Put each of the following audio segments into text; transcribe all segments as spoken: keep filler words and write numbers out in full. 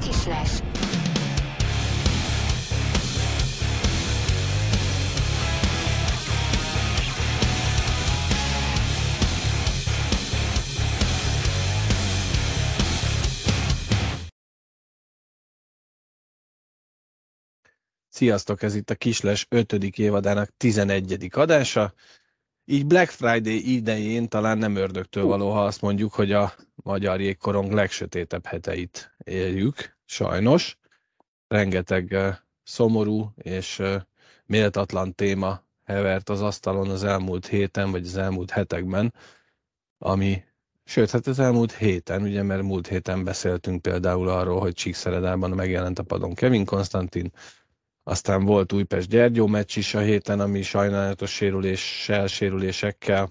Kislesz. Sziasztok, ez itt a Kislesz ötödik évadának tizenegyedik adása. Így Black Friday idején talán nem ördögtől való, ha azt mondjuk, hogy a magyar jégkorong legsötétebb heteit éljük, sajnos. Rengeteg uh, szomorú és uh, méltatlan téma hevert az asztalon az elmúlt héten, vagy az elmúlt hetekben, ami, sőt, hát az elmúlt héten, ugye, mert múlt héten beszéltünk például arról, hogy Csíkszeredában megjelent a padon Kevin Konstantin. Aztán volt Újpest-Gyergyó meccs is a héten, ami sajnálatos sérüléssel, sérülésekkel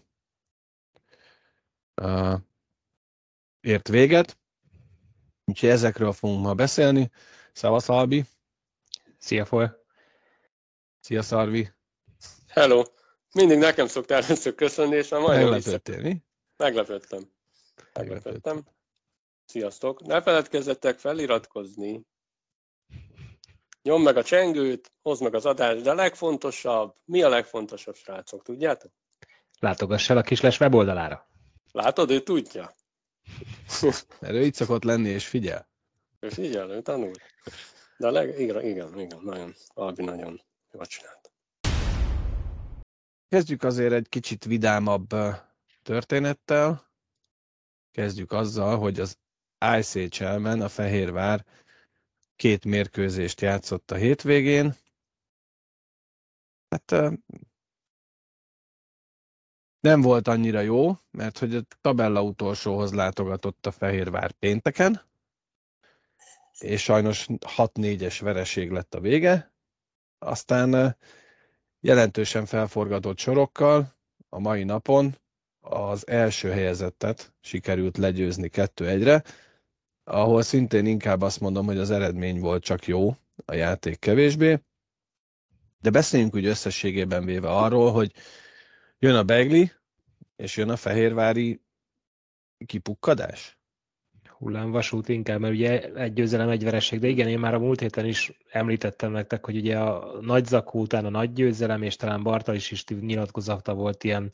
uh, ért véget. Úgyhogy ezekről fogunk ma beszélni. Szevasz, Albi! Szia, Foly! Szia, Szarvi! Hello! Mindig nekem szoktál először köszönni, és már majdnem Meglepődtél, mi? Meglepődtem. Meglepődtem. Sziasztok! Ne feledkezzetek feliratkozni. Nyomd meg a csengőt, hozd meg az adást, de a legfontosabb, mi a legfontosabb, srácok, tudjátok? Látogass el a Kislesz weboldalára. Látod, ő tudja. Mert ő itt szokott lenni, és figyel. Ő figyel, ő tanul. De a leg... igen, igen, igen, nagyon, Albi nagyon jól csinált. Kezdjük azért egy kicsit vidámabb történettel. Kezdjük azzal, hogy az i cé há el-ben a Fehérvár két mérkőzést játszott a hétvégén. Hát nem volt annyira jó, mert hogy a tabella utolsóhoz látogatott a Fehérvár pénteken, és sajnos hat négyes vereség lett a vége. Aztán jelentősen felforgatott sorokkal a mai napon az első helyezettet sikerült legyőzni kettő egyre, ahol szintén inkább azt mondom, hogy az eredmény volt csak jó, a játék kevésbé. De beszéljünk úgy összességében véve arról, hogy jön a begli, és jön a fehérvári kipukkadás. Hullámvasút inkább, mert ugye egy győzelem, egy vereség, de igen, én már a múlt héten is említettem nektek, hogy ugye a nagy zakó után a nagy győzelem, és talán Bartalis is nyilatkozata volt ilyen,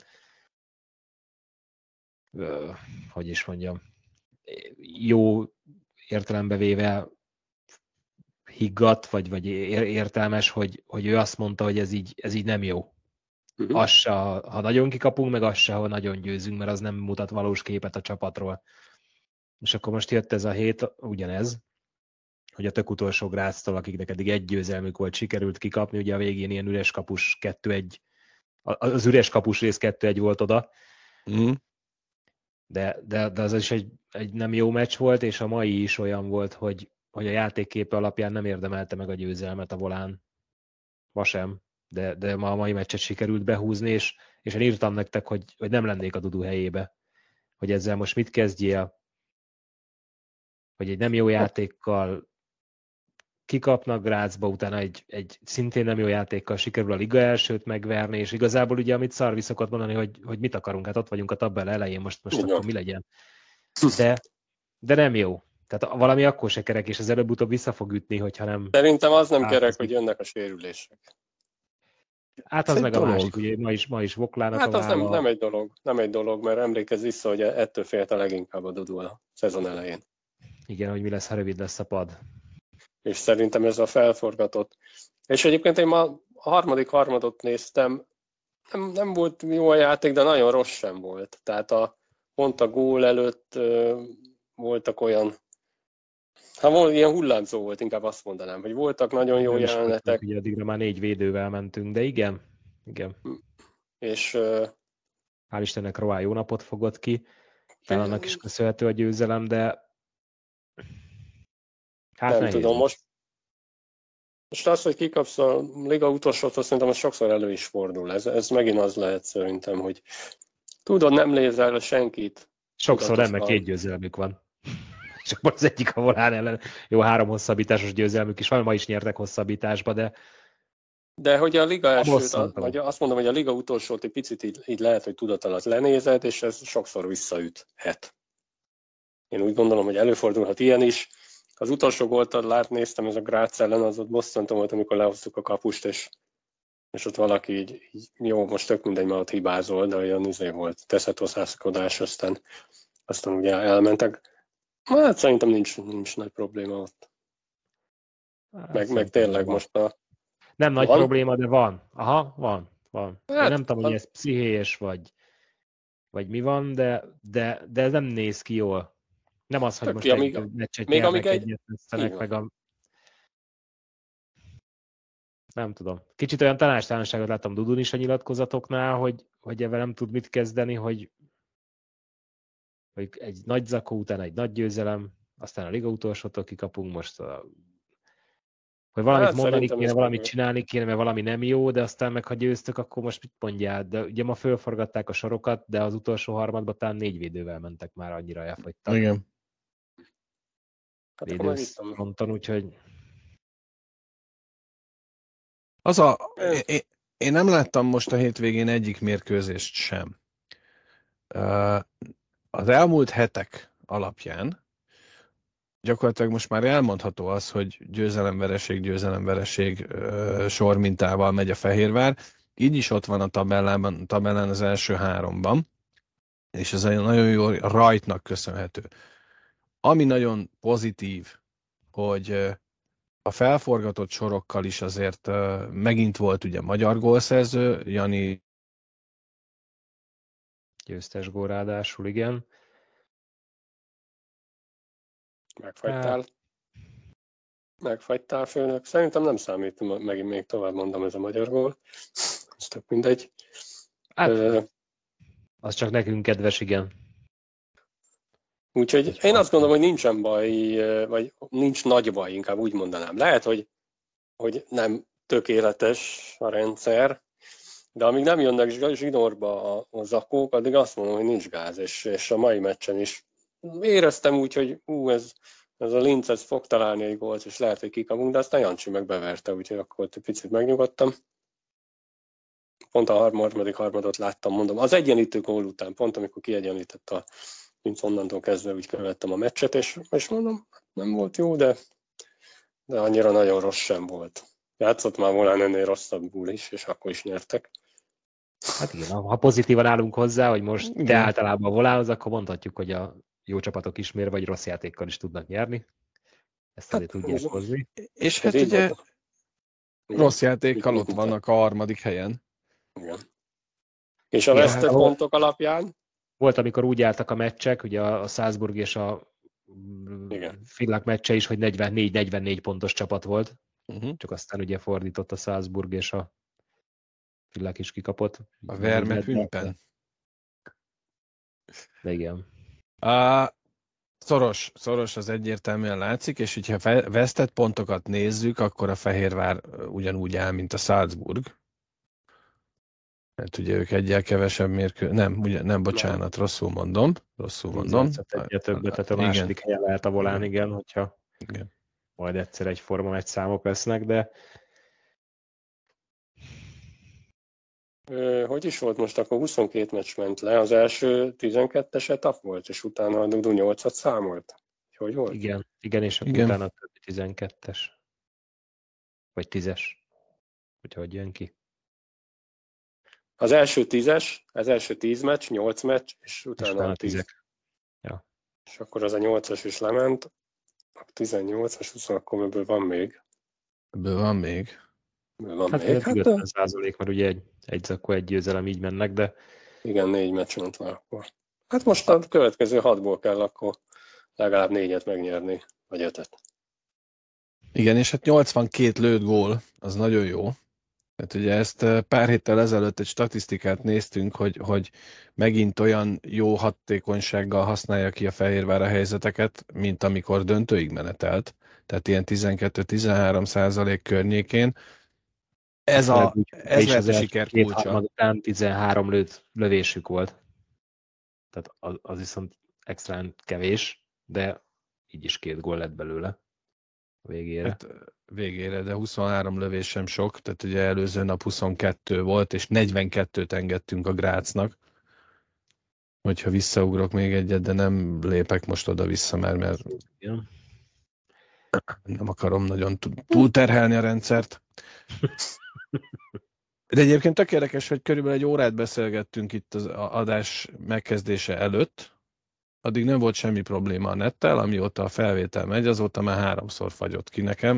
ö, hogy is mondjam, jó értelembe véve higgadt, vagy, vagy értelmes, hogy, hogy ő azt mondta, hogy ez így, ez így nem jó. Uh-huh. Az se, ha nagyon kikapunk, meg az se, ha nagyon győzünk, mert az nem mutat valós képet a csapatról. És akkor most jött ez a hét, ugyanez, hogy a tök utolsó Graztól, akiknek eddig egy győzelmük volt, sikerült kikapni, ugye a végén ilyen üres kapus kettő egy, az üres kapus rész kettő egy volt oda, uh-huh. de, de, de az is egy, egy nem jó meccs volt, és a mai is olyan volt, hogy, hogy a játékképe alapján nem érdemelte meg a győzelmet a Volán. Ma sem, de, de ma a mai meccset sikerült behúzni, és, és én írtam nektek, hogy, hogy nem lennék a Dudu helyébe, hogy ezzel most mit kezdjél, hogy egy nem jó játékkal kikapnak Grazba, utána egy, egy szintén nem jó játékkal sikerül a liga elsőt megverni, és igazából ugye, amit Szarvi szokott mondani, hogy, hogy mit akarunk, hát ott vagyunk a tabella elején, most, most akkor mi legyen. De, de nem jó. Tehát valami akkor se kerek, és az előbb-utóbb vissza fog ütni, hogyha nem... Szerintem az nem kerek, az... hogy jönnek a sérülések. Hát az meg a másik, ugye ma is, ma is Voklának hát a az nem, nem egy dolog, nem egy dolog, mert emlékezz vissza, hogy ettől félt a leginkább a Dudu a szezon elején. Igen, hogy mi lesz, ha rövid lesz a pad. És szerintem ez a felforgatott. És egyébként én ma a harmadik harmadot néztem, nem, nem volt jó a játék, de nagyon rossz sem volt. Tehát a, pont a gól előtt uh, voltak olyan, hát volt, ilyen hullámzó volt, inkább azt mondanám, hogy voltak nagyon jó jelenetek. Ugye addigra már négy védővel mentünk, de igen, igen. És uh, hál' Istennek Roá jó napot fogott ki, talán annak is köszönhető a győzelem, de hát nem nehéz. tudom, most, most az, hogy kikapsz a liga utolsótól, szerintem az sokszor elő is fordul. Ez, ez megint az lehet szerintem, hogy tudod, nem lézel senkit. Sokszor nem, mert két győzelmük van. Csak az egyik a Volán ellen. Jó, három hosszabbításos győzelmük is van, ma is nyertek hosszabbításba, de... De hogy a liga elsőt, a, vagy azt mondom, hogy a liga utolsót egy picit így, így lehet, hogy tudat alatt lenézed, és ez sokszor visszaüthet. Én úgy gondolom, hogy előfordulhat ilyen is. az utolsó gólt lát, néztem, ez a Graz ellen, az ott bosszantó volt, amikor lehoztuk a kapust, és, és ott valaki így, így, jó, most tök mindegy, mert ott hibázol, de olyan izé volt, teszetorszászkodás, aztán, aztán ugye elmentek. Hát szerintem nincs, nincs nagy probléma ott. Hát, meg, meg tényleg van. Most a... Nem nagy van? probléma, de van. Aha, van. van. Hát, Én nem tudom, hogy ez pszichés, vagy, vagy mi van, de, de, de nem néz ki jól. Nem az, hogy Tök most amíg, egy meccset még nyernek, egyet vesztenek, meg a... Nem tudom. Kicsit olyan tanástalanságot láttam Dudun is a nyilatkozatoknál, hogy, hogy ebben nem tud mit kezdeni, hogy, hogy egy nagy zakó után egy nagy győzelem, aztán a liga utolsótól kikapunk, most a... hogy valamit hát, mondani kéne, valamit meg... csinálni kéne, mert valami nem jó, de aztán meg ha győztök, akkor most mit mondjál? De ugye ma fölforgatták a sorokat, de az utolsó harmadban talán négy védővel mentek már, annyira elfogytak. Igen. Védőfronton, úgyhogy... Az a... Én, én nem láttam most a hétvégén egyik mérkőzést sem. Az elmúlt hetek alapján gyakorlatilag most már elmondható az, hogy győzelemvereség, győzelemvereség sormintával megy a Fehérvár. Így is ott van a tabellában, a tabellán az első háromban, és ez nagyon jó rajtnak köszönhető. Ami nagyon pozitív, hogy a felforgatott sorokkal is azért megint volt ugye magyar gólszerző, Jani győztes gól ráadásul, igen. Megfagytál. Hát. Megfagytál, főnök. Szerintem nem számít, megint még tovább mondom, ez a magyar gól. Ez tök mindegy. Hát, Ö... az csak nekünk kedves, igen. Úgyhogy én én azt gondolom, hogy nincsen baj, vagy nincs nagy baj, inkább úgy mondanám. Lehet, hogy, hogy nem tökéletes a rendszer, de amíg nem jönnek zsinórba a, a zakók, addig azt mondom, hogy nincs gáz, és, és a mai meccsen is éreztem úgy, hogy ú, ez, ez a Linz ez fog találni egy gólt, és lehet, hogy kikapunk, de aztán Jancsi meg beverte, úgyhogy akkor egy picit megnyugodtam. Pont a harmadik harmadot láttam, mondom, az egyenlítő gól után, pont amikor kiegyenlített a Linz, onnantól kezdve úgy követtem a meccset, és, és mondom, nem volt jó, de, de annyira nagyon rossz sem volt. Játszott már volna ennél rosszabbul is, és akkor is nyertek. Hát igen, ha pozitívan állunk hozzá, hogy most igen. Te általában volálhoz, akkor mondhatjuk, hogy a jó csapatok is mér, vagy rossz játékkal is tudnak nyerni. Ezt azért hát, tudják hozni. És hát ugye rossz játékkal ott vannak a harmadik helyen. Igen. És a vesztett hát, pontok alapján? Volt, amikor úgy álltak a meccsek, ugye a Salzburg és a Villach meccse is, hogy negyvennégy negyvennégy pontos csapat volt. Uh-huh. Csak aztán ugye fordított a Salzburg és a Villach is kikapott. A Verme Pümpen. De igen. A szoros, szoros az egyértelműen látszik, és hogyha vesztett pontokat nézzük, akkor a Fehérvár ugyanúgy áll, mint a Salzburg. Mert ugye ők egyel kevesebb mérkő... Nem, ugye, nem, bocsánat, rosszul mondom. Rosszul mondom. Egyel többet, tehát a második helyen lehet a volán, igen, hogyha igen. Majd egyszer egy forma megy számok lesznek, de... Hogy is volt most, akkor huszonkét meccs ment le, az első tizenkettes etap volt, és utána a Dudu nyolcat számolt. Hogy volt? Igen, igen, és akkor igen. Utána a tizenkettes. Vagy tízes. Hogy hogy jön ki. Az első tízes, az első tíz meccs, nyolc meccs, és utána, és utána a tíz. Ja. És akkor az a nyolcas is lement, a tizennyolcas, húsz, akkor ebből van még. Ebből van még. Ebből van hát még. Hát ötven százalék, mert ugye egy, egy zakó, egy győzelem így mennek, de... Igen, négy meccs ment van akkor. Hát most a következő hatból kell akkor legalább négyet megnyerni, vagy ötöt. Igen, és hát nyolcvankét lőtt gól, az nagyon jó. Hát ugye ezt pár héttel ezelőtt egy statisztikát néztünk, hogy, hogy megint olyan jó hatékonysággal használja ki a Fehérvár a helyzeteket, mint amikor döntőig menetelt. Tehát ilyen tizenkettő-tizenhárom százalék környékén. Ez, a, ez lehet a siker kulcsa. Után tizenhárom lőtt lövésük volt. Tehát az, az viszont extrán kevés, de így is két gól lett belőle végére. Hát, végére, de huszonhárom lövés sem sok, tehát ugye előző nap huszonkettő volt, és negyvenkettőt engedtünk a Graznak. Hogyha visszaugrok még egyet, de nem lépek most oda-vissza, mert... mert... Igen. Nem akarom nagyon túlterhelni a rendszert. De egyébként tök érdekes, hogy körülbelül egy órát beszélgettünk itt az adás megkezdése előtt. Addig nem volt semmi probléma a nettel, amióta a felvétel megy, azóta már háromszor fagyott ki nekem.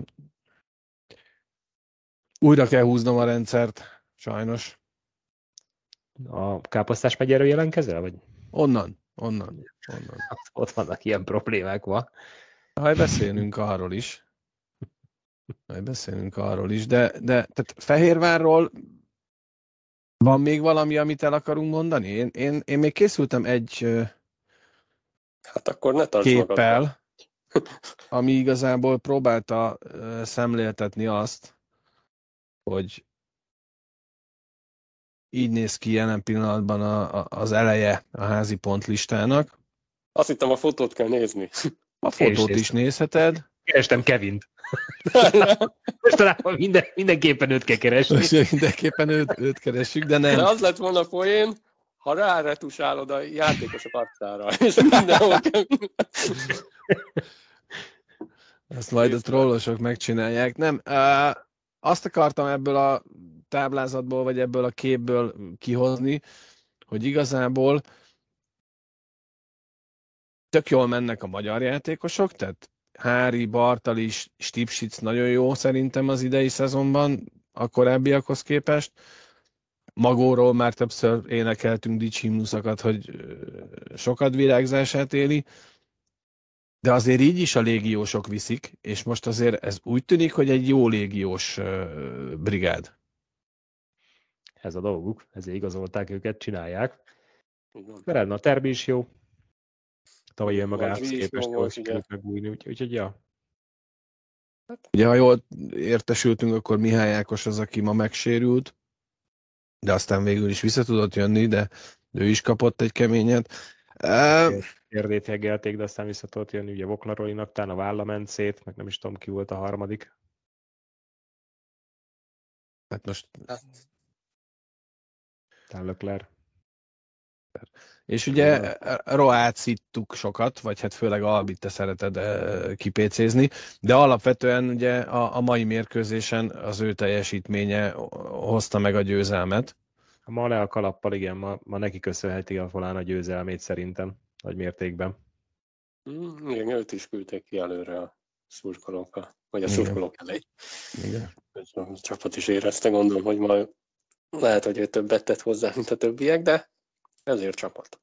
Újra kell húznom a rendszert, sajnos. A Káposztás megyéről jelentkezel, vagy? Onnan, onnan, onnan. Ott vannak ilyen problémák, va? Haj, beszélünk arról is. Haj, beszélünk arról is, de, de tehát Fehérvárról van még valami, amit el akarunk mondani? Én, én, én még készültem egy Hát akkor ne tarts képpel, magadba. ami igazából próbálta szemléltetni azt, hogy így néz ki jelen pillanatban a, a, az eleje a házi pontlistának. Azt hittem, a fotót kell nézni. A fotót is nézheted. Kerestem Kevint. Mostanában minden, mindenképpen őt kell keresni. Most mindenképpen őt, őt keressük, de nem. De az lett volna poén, ha ráretusálod a játékosok arcára, és mindenhol kell... Ezt majd a trollosok megcsinálják. Nem, uh, azt akartam ebből a táblázatból, vagy ebből a képből kihozni, hogy igazából tök jól mennek a magyar játékosok, tehát Hári, Bartali, Stipsic nagyon jó szerintem az idei szezonban a korábbiakhoz képest. Magóról már többször énekeltünk dicshimnuszokat, hogy sokat virágzását éli, de azért így is a légiósok viszik, és most azért ez úgy tűnik, hogy egy jó légiós brigád. Ez a dolguk, ezért igazolták őket, csinálják. Veredna Terbi is jó. Tavalyi önmagához képest jól sikerült megújni, úgyhogy ja. Ugye, ha jól értesültünk, akkor Mihály Ákos az, aki ma megsérült, de aztán végül is vissza tudott jönni, de ő is kapott egy keményet. Érdét heggelték, de aztán vissza tudott jönni, ugye Voklarolinak, talán a válla ment szét, meg nem is tudom, ki volt a harmadik. Hát most... Talán Leclerc. És ugye Roát szittuk sokat, vagy hát főleg Albit te szereted kipécézni, de alapvetően ugye a, a mai mérkőzésen az ő teljesítménye hozta meg a győzelmet. Ma le a kalappal, igen, ma, ma neki köszönheti a volán a győzelmét szerintem, nagy mértékben. Mm, igen, őt is küldték ki előre a szurkolókkal, vagy a szurkolók elé. Igen. A csapat is érezte, gondolom, hogy ma lehet, hogy ő többet tett hozzá, mint a többiek, de ezért csapat.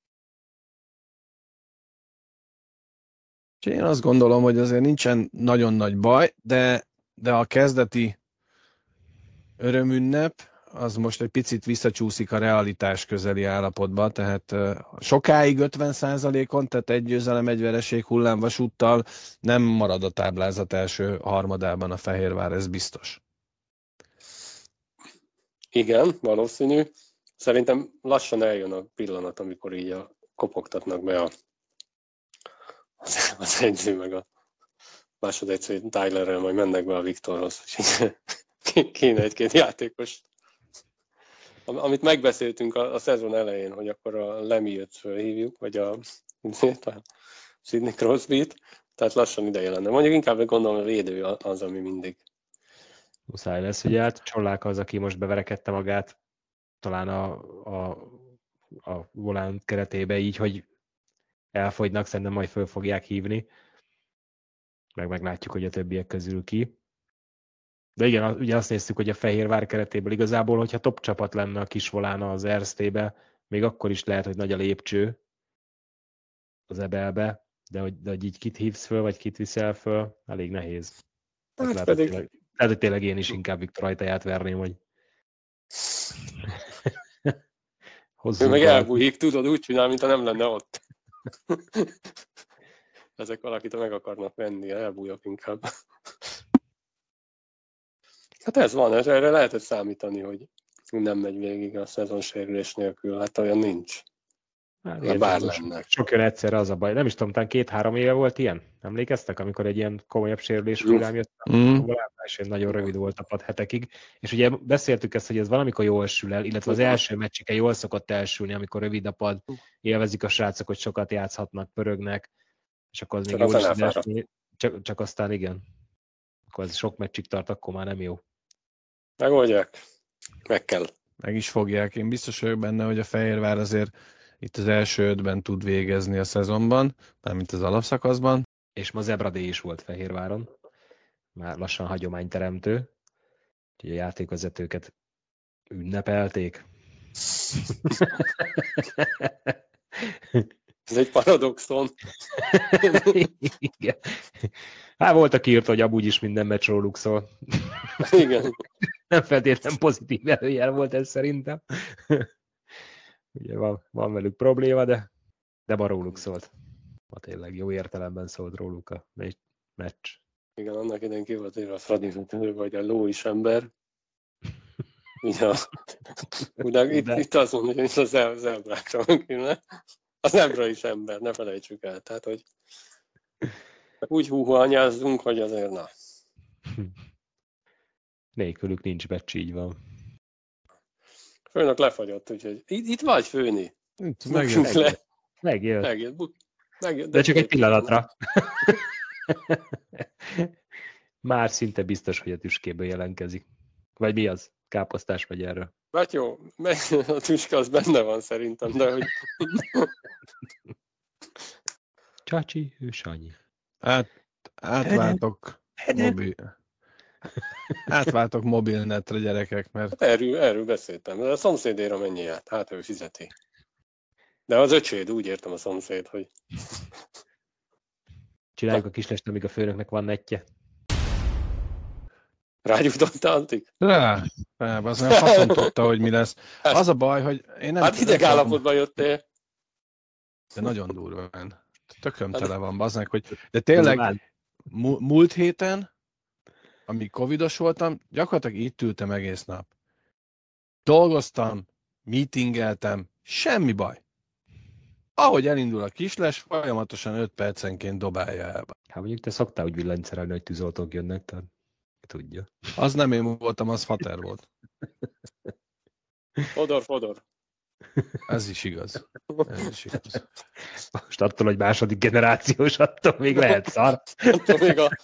Én azt gondolom, hogy azért nincsen nagyon nagy baj, de, de a kezdeti örömünnep az most egy picit visszacsúszik a realitás közeli állapotba, tehát uh, sokáig ötven százalékon, tehát egy győzelem, egy vereség hullámvasúttal nem marad a táblázat első harmadában a Fehérvár, ez biztos. Igen, valószínű. Szerintem lassan eljön a pillanat, amikor így a, kopogtatnak be a, az, az edző meg a másodedző Tylerrel, majd mennek be a Viktorhoz, és kéne egy-két játékos. Amit megbeszéltünk a, a szezon elején, hogy akkor a Lemieux-t felhívjuk, vagy a, a Sidney Crosbyt, tehát lassan ideje lenne. Mondjuk inkább gondolom, a védő az, ami mindig. Muszáj lesz, ugye hát Csollák az, aki most beverekedte magát, talán a, a, a volán keretébe így, hogy elfogynak, szerintem majd föl fogják hívni. Meg meglátjuk, hogy a többiek közül ki. De igen, ugye azt néztük, hogy a Fehérvár keretéből igazából, hogyha top csapat lenne a kis volána az Erztébe, még akkor is lehet, hogy nagy a lépcső az Ebelbe, de hogy, de hogy így kit hívsz föl, vagy kit viszel föl, elég nehéz. Hát lehet, pedig... hogy tényleg, lehet, hogy tényleg én is inkább Viktor ajtaját verném, hogy ő meg elbújik, tudod, úgy csinál, mintha nem lenne ott. Ezek valakit meg akarnak venni, elbújok inkább. Hát ez van, erre lehetett számítani, hogy nem megy végig a szezon sérülés nélkül, hát olyan nincs. Hát, bár lenne. Sok jön egyszerre, az a baj. Nem is tudom, talán két-három éve volt ilyen? Emlékeztek, amikor egy ilyen komolyabb sérülés hullám jött? Mm. És nagyon rövid volt a pad hetekig. És ugye beszéltük ezt, hogy ez valamikor jól sül el, illetve az első meccsike jól szokott elsülni, amikor rövid a pad, élvezik a srácok, hogy sokat játszhatnak, pörögnek, és akkor az még jól is. csak, csak aztán igen. Akkor ez sok meccsig tart, akkor már nem jó. Megoldják. Meg kell. Meg is fogják. Én biztos vagyok benne, hogy a Fehérvár azért itt az első ötben tud végezni a szezonban, mármint az alapszakaszban. És ma Zebradé is volt Fehérváron. Már lassan hagyományteremtő. Úgyhogy a játékvezetőket ünnepelték. Ez egy paradoxon. Igen. Hát volt, aki írta, hogy amúgy is minden meccs róluk szól. Igen. Nem feltétlenül pozitív előjel volt ez szerintem. Ugye van, van velük probléma, de, de ma róluk szólt. Ma tényleg jó értelemben szólt róluk a meccs. Igen, annak idején ki volt írva a Fradi vezető, vagy a ló is ember. Ja. Ugye, itt, itt azt mondja, hogy az zebrákra van kéne. A zebra is ember, ne felejtsük el. Tehát, hogy úgy húhanyázzunk, hogy azért na. Nélkülük nincs becsi, így van. Főnök lefagyott, úgyhogy itt, itt vagy főni. Itt Megjött. megjött. Le. Megjött. Megjött. Megjött. De csak egy pillanatra. Már szinte biztos, hogy a tüskéből jelentkezik. Vagy mi az? Káposztás vagy erről? Hát jó, a tüske az benne van szerintem, de hogy... Csacsi, ő Sanyi. Át, átváltok mobil. Átváltok mobilnetre, gyerekek, mert... Erről, erről beszéltem, de a szomszédéra mennyi át, hát ő fizeti. De az öcséd, úgy értem a szomszéd, hogy... Csináljuk a kislest, amíg a főnöknek van netje. Rágyújtottál, Antik? Rá, rá, az nem faszon tudta, hogy mi lesz. Az a baj, hogy én nem... Hát hideg állapotban jöttél. De nagyon durván. Tököm tele van, baznak, hogy... De tényleg, múlt héten, amíg covidos voltam, gyakorlatilag itt ültem egész nap. Dolgoztam, meetingeltem, semmi baj. Ahogy elindul a kisles, folyamatosan öt percenként dobálja el. Hát mondjuk te szoktál úgy villanyszerelni, hogy tűzoltók jönnek, tehát tudja. Az nem én voltam, az Fater volt. Fodor, fodor. Ez is igaz. Ez is igaz. Most attól, hogy második generációs, attól még lehet szar. Attól még a...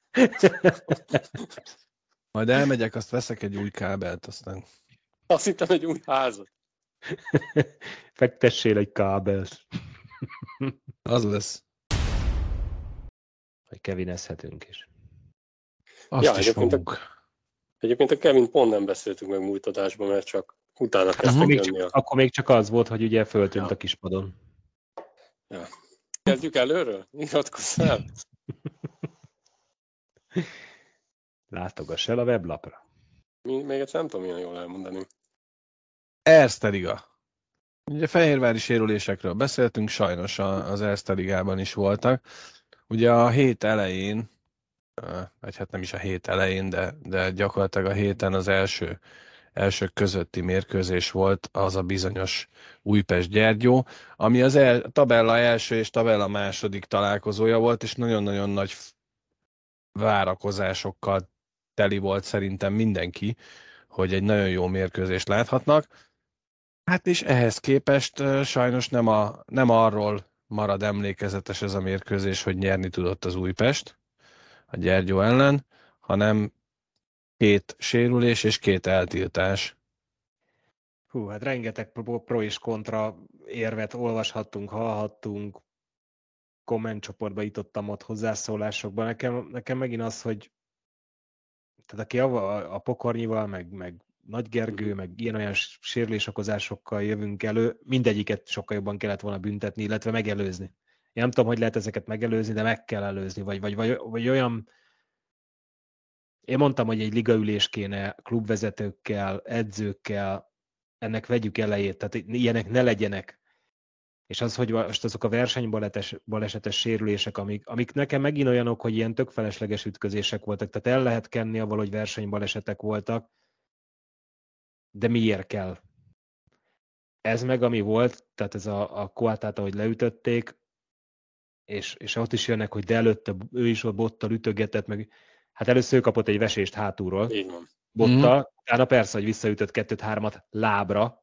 Majd elmegyek, azt veszek egy új kábelt, aztán... Azt hittem egy új házat. Fektessél egy kábelt. Az lesz. Hogy kevinezhetünk is. Azt Ja, is egyébként, fogunk. a, egyébként a Kevin pont nem beszéltünk meg múlt adásban, mert csak utána Akkor kezdtek még, jönni. csak, A... akkor még csak az volt, hogy ugye föltűnt Ja. a kispadon. Ja. Kezdjük előről? Iratkozz fel! Látogass el a weblapra. Mi, még egyszer nem tudom ilyen jól elmondani. Erste Liga. Ugye fehérvári sérülésekről beszéltünk, sajnos az Erste Ligában is voltak. Ugye a hét elején, vagy hát nem is a hét elején, de, de gyakorlatilag a héten az első, első közötti mérkőzés volt az a bizonyos Újpest-Gyergyó, ami az el, tabella első és tabella második találkozója volt, és nagyon-nagyon nagy várakozásokkal teli volt szerintem mindenki, hogy egy nagyon jó mérkőzést láthatnak. Hát és ehhez képest sajnos nem, a, nem arról marad emlékezetes ez a mérkőzés, hogy nyerni tudott az Újpest a Gyergyó ellen, hanem két sérülés és két eltiltás. Hú, hát rengeteg pro és kontra érvet olvashattunk, hallhattunk, kommentcsoportba jutottam ott hozzászólásokban. Nekem, nekem megint az, hogy tehát aki a, a Pokornyival, meg, meg Nagy Gergő, meg ilyen-olyan sérülésokozásokkal jövünk elő, mindegyiket sokkal jobban kellett volna büntetni, illetve megelőzni. Én nem tudom, hogy lehet ezeket megelőzni, de meg kell előzni, vagy, vagy, vagy, vagy olyan... Én mondtam, hogy egy ligaülés kéne klubvezetőkkel, edzőkkel, ennek vegyük elejét, tehát ilyenek ne legyenek. És az, hogy most azok a versenybalesetes sérülések, amik, amik nekem megint olyanok, hogy ilyen tök felesleges ütközések voltak, tehát el lehet kenni avval, hogy versenybalesetek voltak, de miért kell? Ez meg, ami volt, tehát ez a, a Coatát, ahogy leütötték, és, és ott is jönnek, hogy de előtte ő is ott bottal ütögetett, meg hát először ő kapott egy vesést hátulról, Így van. bottal, mm-hmm. utána persze, hogy visszaütött kettőt-hármat lábra,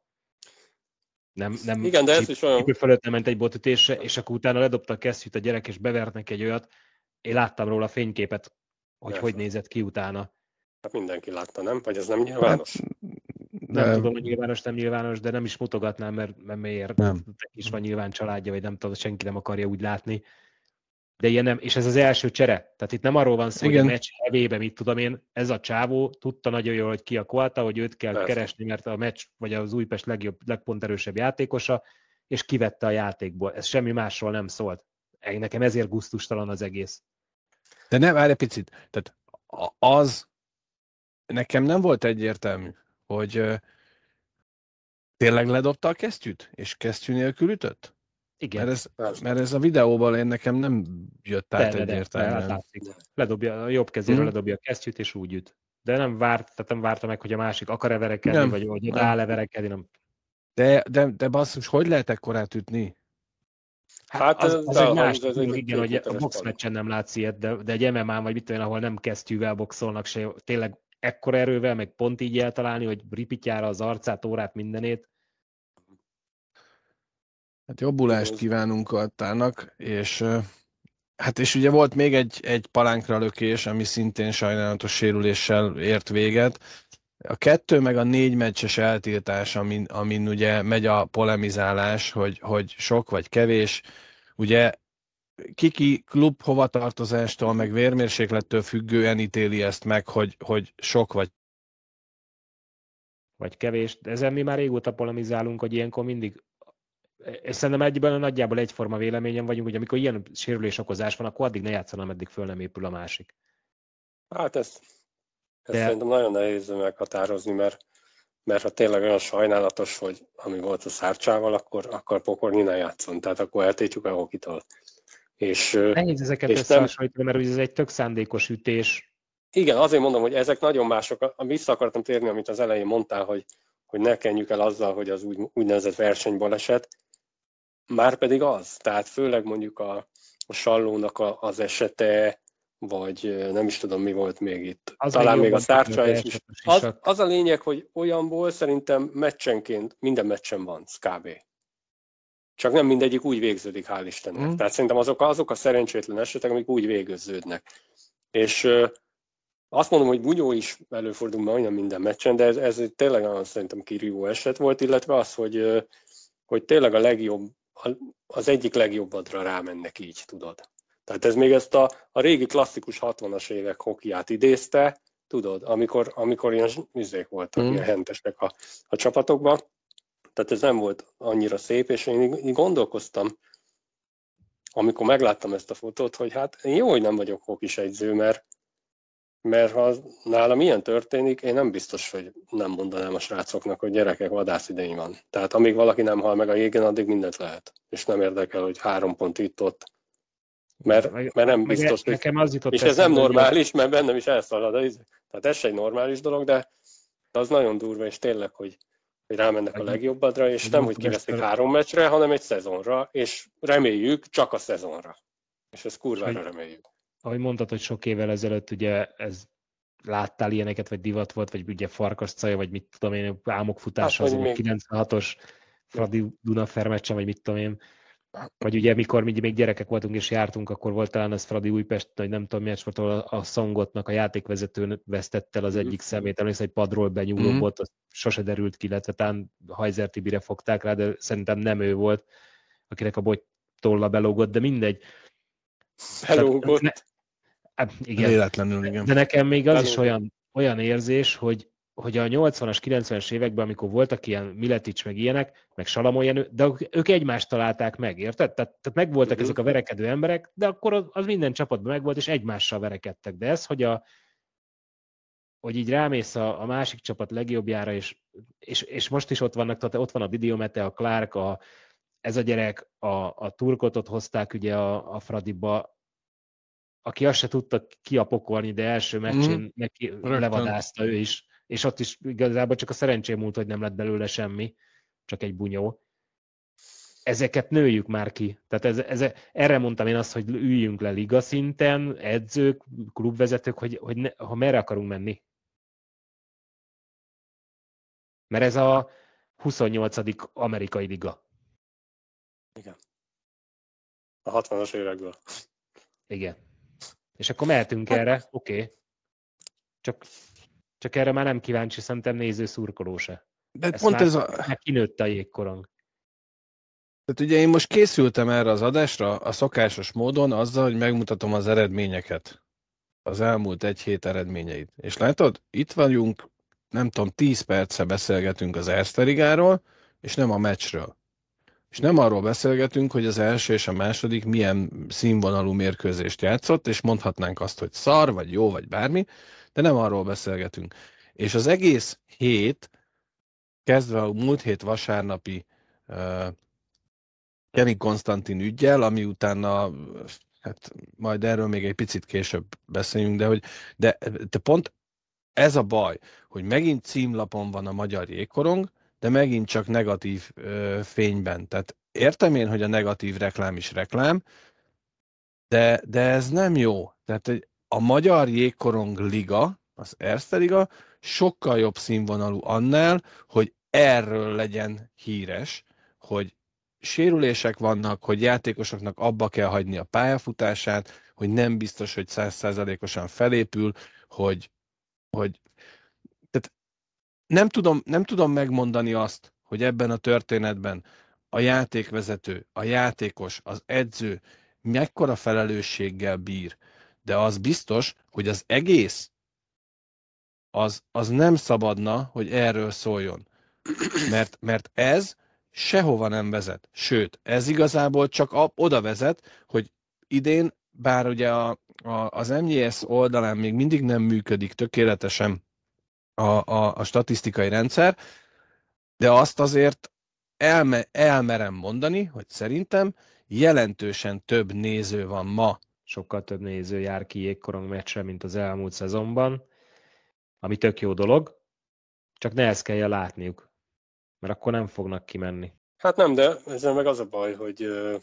nem, nem igen, de ez is olyan... fölött nem ment egy botütésre, és akkor utána ledobta a kesztyűt a gyerek, és bevert neki egy olyat, én láttam róla fényképet, hogy Persze. hogy nézett ki utána. Hát mindenki látta, nem? Vagy ez nem nyilvános? Nem De- tudom, hogy nyilvános, nem nyilvános, de nem is mutogatnám, mert, mert miért Nem. is van nyilván családja, vagy nem tudom, senki nem akarja úgy látni. De ilyen nem, és ez az első csere. Tehát itt nem arról van szó, Igen. hogy a meccs hevébe, mit tudom én, ez a csávó tudta nagyon jól, hogy ki a Kouata, hogy őt kell Persze. keresni, mert a meccs, vagy az Újpest legjobb, legponterősebb játékosa, és kivette a játékból. Ez semmi másról nem szólt. Nekem ezért gusztustalan az egész. De nem, várj egy picit. Tehát a- az nekem nem volt egyértelmű, hogy ö, tényleg ledobta a kesztyűt, és kesztyű nélkül ütött? Igen. Mert ez, Persze. mert ez a videóban én nekem nem jött át De, de, de, de, egyértelműen. hát látszik. Ledobja, a jobb kezéről Mhm. ledobja a kesztyűt, és úgy üt. De nem várt, tehát nem várta meg, hogy a másik akar-e verekedni, Nem, vagy hogy nem. odáll-e verekedni. Nem. De, de, de basszus, hogy lehet ekkorát ütni? Hát az, ez- az de egy az- más ez dolog, egy igen, hogy a kétméteres boxmeccsen nem látsz ilyet, de, de egy em em á-n, vagy mit tudom én, ahol nem kesztyűvel boxolnak se, tényleg ekkora erővel, meg pont így eltalálni, hogy ripityára az arcát, órát, mindenét. Hát jobbulást Igen. kívánunk Attának, és ö, hát és ugye volt még egy, egy palánkra lökés, ami szintén sajnálatos sérüléssel ért véget. A kettő meg a négy meccses eltiltás, amin, amin ugye megy a polemizálás, hogy, hogy sok vagy kevés. Ugye kiki klub hovatartozástól, meg vérmérséklettől függően ítéli ezt meg, hogy, hogy sok vagy. Vagy kevés. De ezen mi már régóta polemizálunk, hogy ilyenkor mindig, és szerintem egyben nagyjából egyforma véleményen vagyunk, hogy amikor ilyen sérülés okozás van, akkor addig ne játszanak, ameddig föl nem épül a másik. Hát ezt, ezt De- szerintem nagyon nehéz meghatározni, mert, mert ha tényleg olyan sajnálatos, hogy ami volt a Szárcsával, akkor, akkor pokorni ne játszon. Tehát akkor eltétjük a hokitól. És, ö, Nehéz ezeket és nem, összehasonlítani, mert ugye ez egy tök szándékos ütés. igen, azért mondom, hogy ezek nagyon mások. Vissza akartam térni, amit az elején mondtál, hogy, hogy ne kenjük el azzal, hogy az úgy, úgynevezett versenybaleset. Már pedig az. Tehát főleg mondjuk a, a Sallónak a, az esete, vagy ö, nem is tudom, mi volt még itt. Az Talán még még a jobban Szárcsájás tudnak is. el, Az, sisak. az a lényeg, hogy olyanból szerintem meccsenként, minden meccsen van, kb. Csak nem mindegyik úgy végződik, hál' Istennek. Mm. Tehát szerintem azok, azok a szerencsétlen esetek, amik úgy végződnek. És ö, azt mondom, hogy Bunyó is előfordul majdnem minden meccsen, de ez, ez tényleg nagyon szerintem kirívó eset volt, illetve az, hogy, ö, hogy tényleg a legjobb, az egyik legjobbadra rámennek így, tudod. Tehát ez még ezt a, a régi klasszikus hatvanas évek hokiát idézte, tudod, amikor, amikor ilyen műzék voltak, Mm. ilyen hentesek a, a csapatokban. Tehát ez nem volt annyira szép, és én így gondolkoztam, amikor megláttam ezt a fotót, hogy hát én jó, hogy nem vagyok hokis edző, mert, mert ha nálam ilyen történik, én nem biztos, hogy nem mondanám a srácoknak, hogy gyerekek, vadászidény van. Tehát amíg valaki nem hal meg a jégen, addig mindent lehet. És nem érdekel, hogy három pont itt-ott. Mert, Meg- mert nem meg biztos, hogy... nekem az jutott És ez nem eszembe, hogy normális, mert bennem is elszalad. a izé. Tehát ez se egy normális dolog, de az nagyon durva, és tényleg, hogy hogy rámennek a Egy- legjobbadra, és egy nem, hogy Budapest- kiveszik három meccsre, hanem egy szezonra, és reméljük csak a szezonra. És ezt kurvára Hogy- reméljük. ahogy mondtad, hogy sok évvel ezelőtt ugye ez láttál ilyeneket, vagy divat volt, vagy ugye farkas caja, vagy mit tudom én, álmok futása, Hát, az hogy a még- kilencvenhatos Fradi Dunafer meccsen, vagy mit tudom én. Vagy ugye, mikor mi még gyerekek voltunk és jártunk, akkor volt talán ez Fradi Újpest, vagy nem tudom, meccs volt, ahol a Szongotnak a játékvezetőn vesztette el az egyik szemét, emlékszel, egy padról benyúló Mhm. volt, az sose derült ki, illetve talán Hajzer Tibire fogták rá, de szerintem nem ő volt, akinek a bogy tolla belógott, de mindegy. Belógott. Ne- Hát, igen. Véletlenül, igen. De nekem még az is Belógott. olyan, olyan érzés, hogy, hogy a nyolcvanas, kilencvenes években, amikor voltak ilyen Miletics, meg ilyenek, meg Salamon Jenő, de ők egymást találták meg, érted? Tehát, tehát megvoltak Mhm. ezek a verekedő emberek, de akkor az, az minden csapatban megvolt, és egymással verekedtek. De ez, hogy, a, hogy így rámész a, a másik csapat legjobbjára, és, és, és most is ott vannak, tehát ott van a Didiomete, a Clark, a, ez a gyerek, a, a Turkotot hozták ugye a, a Fradiba, aki azt se tudta kiapokolni, de első meccsén Mhm. neki Rögtön. levadázta ő is, és ott is igazából csak a szerencsém múlt, hogy nem lett belőle semmi, csak egy bunyó. Ezeket nőjük már ki. Tehát ez, ez, erre mondtam én azt, hogy üljünk le liga szinten, edzők, klubvezetők, hogy, hogy ne, ha merre akarunk menni. Mert ez a huszonnyolcadik amerikai liga. Igen. A hatvanas évekből. Igen. És akkor mehetünk Hát- erre, oké. Okay. Csak, csak erre már nem kíváncsi, szerintem néző szurkoló se. De Ezt pont már, ez a... már kinőtte a jégkorong. Tehát ugye én most készültem erre az adásra a szokásos módon azzal, hogy megmutatom az eredményeket. Az elmúlt egy hét eredményeit. És látod, itt vagyunk, nem tudom, tíz perce beszélgetünk az Erste Ligáról, és nem a meccsről. És nem arról beszélgetünk, hogy az első és a második milyen színvonalú mérkőzést játszott, és mondhatnánk azt, hogy szar, vagy jó, vagy bármi, de nem arról beszélgetünk. És az egész hét, kezdve a múlt hét vasárnapi uh, Kevin Konstantin üggyel, ami utána, hát majd erről még egy picit később beszéljünk, de hogy de, de pont ez a baj, hogy megint címlapon van a magyar jégkorong, de megint csak negatív ö, fényben. Tehát értem én, hogy a negatív reklám is reklám, de, de ez nem jó. Tehát a magyar jégkorong liga, az Erste Liga sokkal jobb színvonalú annál, hogy erről legyen híres, hogy sérülések vannak, hogy játékosoknak abba kell hagyni a pályafutását, hogy nem biztos, hogy száz százalékosan felépül, hogy, hogy tehát nem tudom, nem tudom megmondani azt, hogy ebben a történetben a játékvezető, a játékos, az edző mekkora felelősséggel bír, de az biztos, hogy az egész az, az nem szabadna, hogy erről szóljon. Mert, mert ez sehova nem vezet. Sőt, ez igazából csak a, oda vezet, hogy idén, bár ugye a, a, az em jé es oldalán még mindig nem működik tökéletesen a, a, a statisztikai rendszer, de azt azért elme, elmerem mondani, hogy szerintem jelentősen több néző van ma. Sokkal több néző jár ki jégkorong meccsre, mint az elmúlt szezonban, ami tök jó dolog, csak ne ezt kelljen látniuk, mert akkor nem fognak kimenni. Hát nem, de ezzel meg az a baj, hogy uh,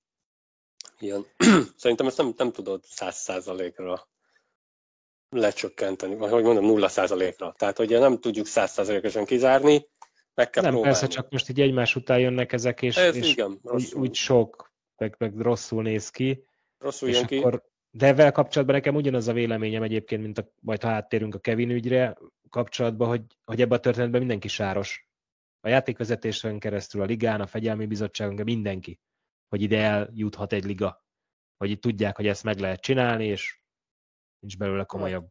ilyen, szerintem ezt nem, nem tudod száz százalékra lecsökkenteni, vagy hogy mondom, nulla százalékra. Tehát, hogy nem tudjuk száz százalékosan kizárni, meg kell Nem, próbálni. persze, csak most így egymás után jönnek ezek, és, Ez és igen, úgy, rosszul. úgy sok, meg, meg rosszul néz ki. Rosszul És jön ki. akkor, de ezzel kapcsolatban nekem ugyanaz a véleményem egyébként, mint a, majd ha áttérünk a Kevin ügyre kapcsolatban, hogy, hogy ebben a történetben mindenki sáros. A játékvezetésen keresztül, a ligán, a fegyelmi bizottságon, mindenki, hogy ide eljuthat egy liga. Hogy itt tudják, hogy ezt meg lehet csinálni, és nincs belőle komolyabb.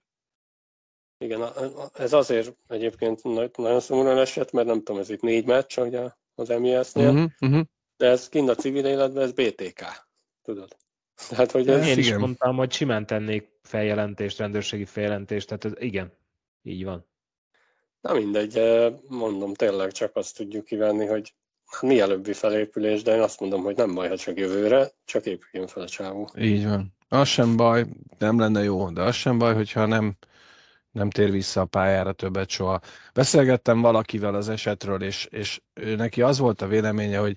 Igen, ez azért egyébként nagyon szomorúan esett, mert nem tudom, ez itt négy meccs ugye az em jé es-nél, Uh-huh, uh-huh. de ez kint a civil életben, ez bé té ká, tudod? Tehát, hogy ez... Én is igen. mondtam, hogy simán tennék feljelentést, rendőrségi feljelentést, tehát ez, igen, így van. Na mindegy, mondom, tényleg csak azt tudjuk kivenni, hogy mielőbbi felépülés, de én azt mondom, hogy nem baj, ha csak jövőre, csak épüljön fel a csávó. Így van. Az sem baj, nem lenne jó, de az sem baj, hogyha nem, nem tér vissza a pályára többet soha. Beszélgettem valakivel az esetről, és, és ő neki az volt a véleménye, hogy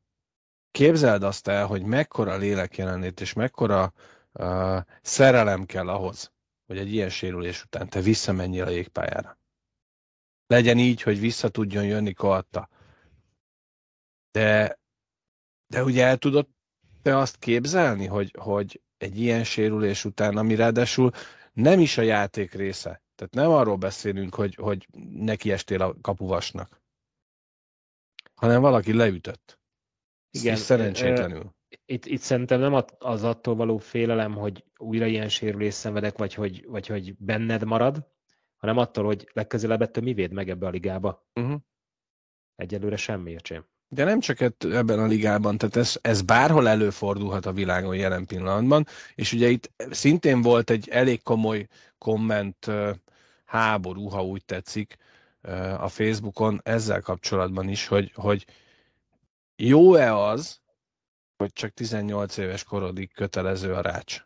képzeld azt el, hogy mekkora lélekjelenlét és mekkora uh, szerelem kell ahhoz, hogy egy ilyen sérülés után te visszamenjél a jégpályára. Legyen így, hogy vissza tudjon jönni Koatta. De, de ugye el tudod te azt képzelni, hogy, hogy egy ilyen sérülés után, ami ráadásul nem is a játék része. Tehát nem arról beszélünk, hogy, hogy neki estél a kapuvasnak, hanem valaki leütött. Igen, és szerencsétlenül. Itt, itt szerintem nem az attól való félelem, hogy újra ilyen sérülést szenvedek, vagy hogy, vagy hogy benned marad, hanem attól, hogy legközelebb ettől mi véd meg ebbe a ligába. Uh-huh. Egyelőre semmiért sem. De nem csak ebben a ligában, tehát ez, ez bárhol előfordulhat a világon jelen pillanatban, és ugye itt szintén volt egy elég komoly komment háború, ha úgy tetszik, a Facebookon ezzel kapcsolatban is, hogy, hogy jó-e az, hogy csak tizennyolc éves korodig kötelező a rács.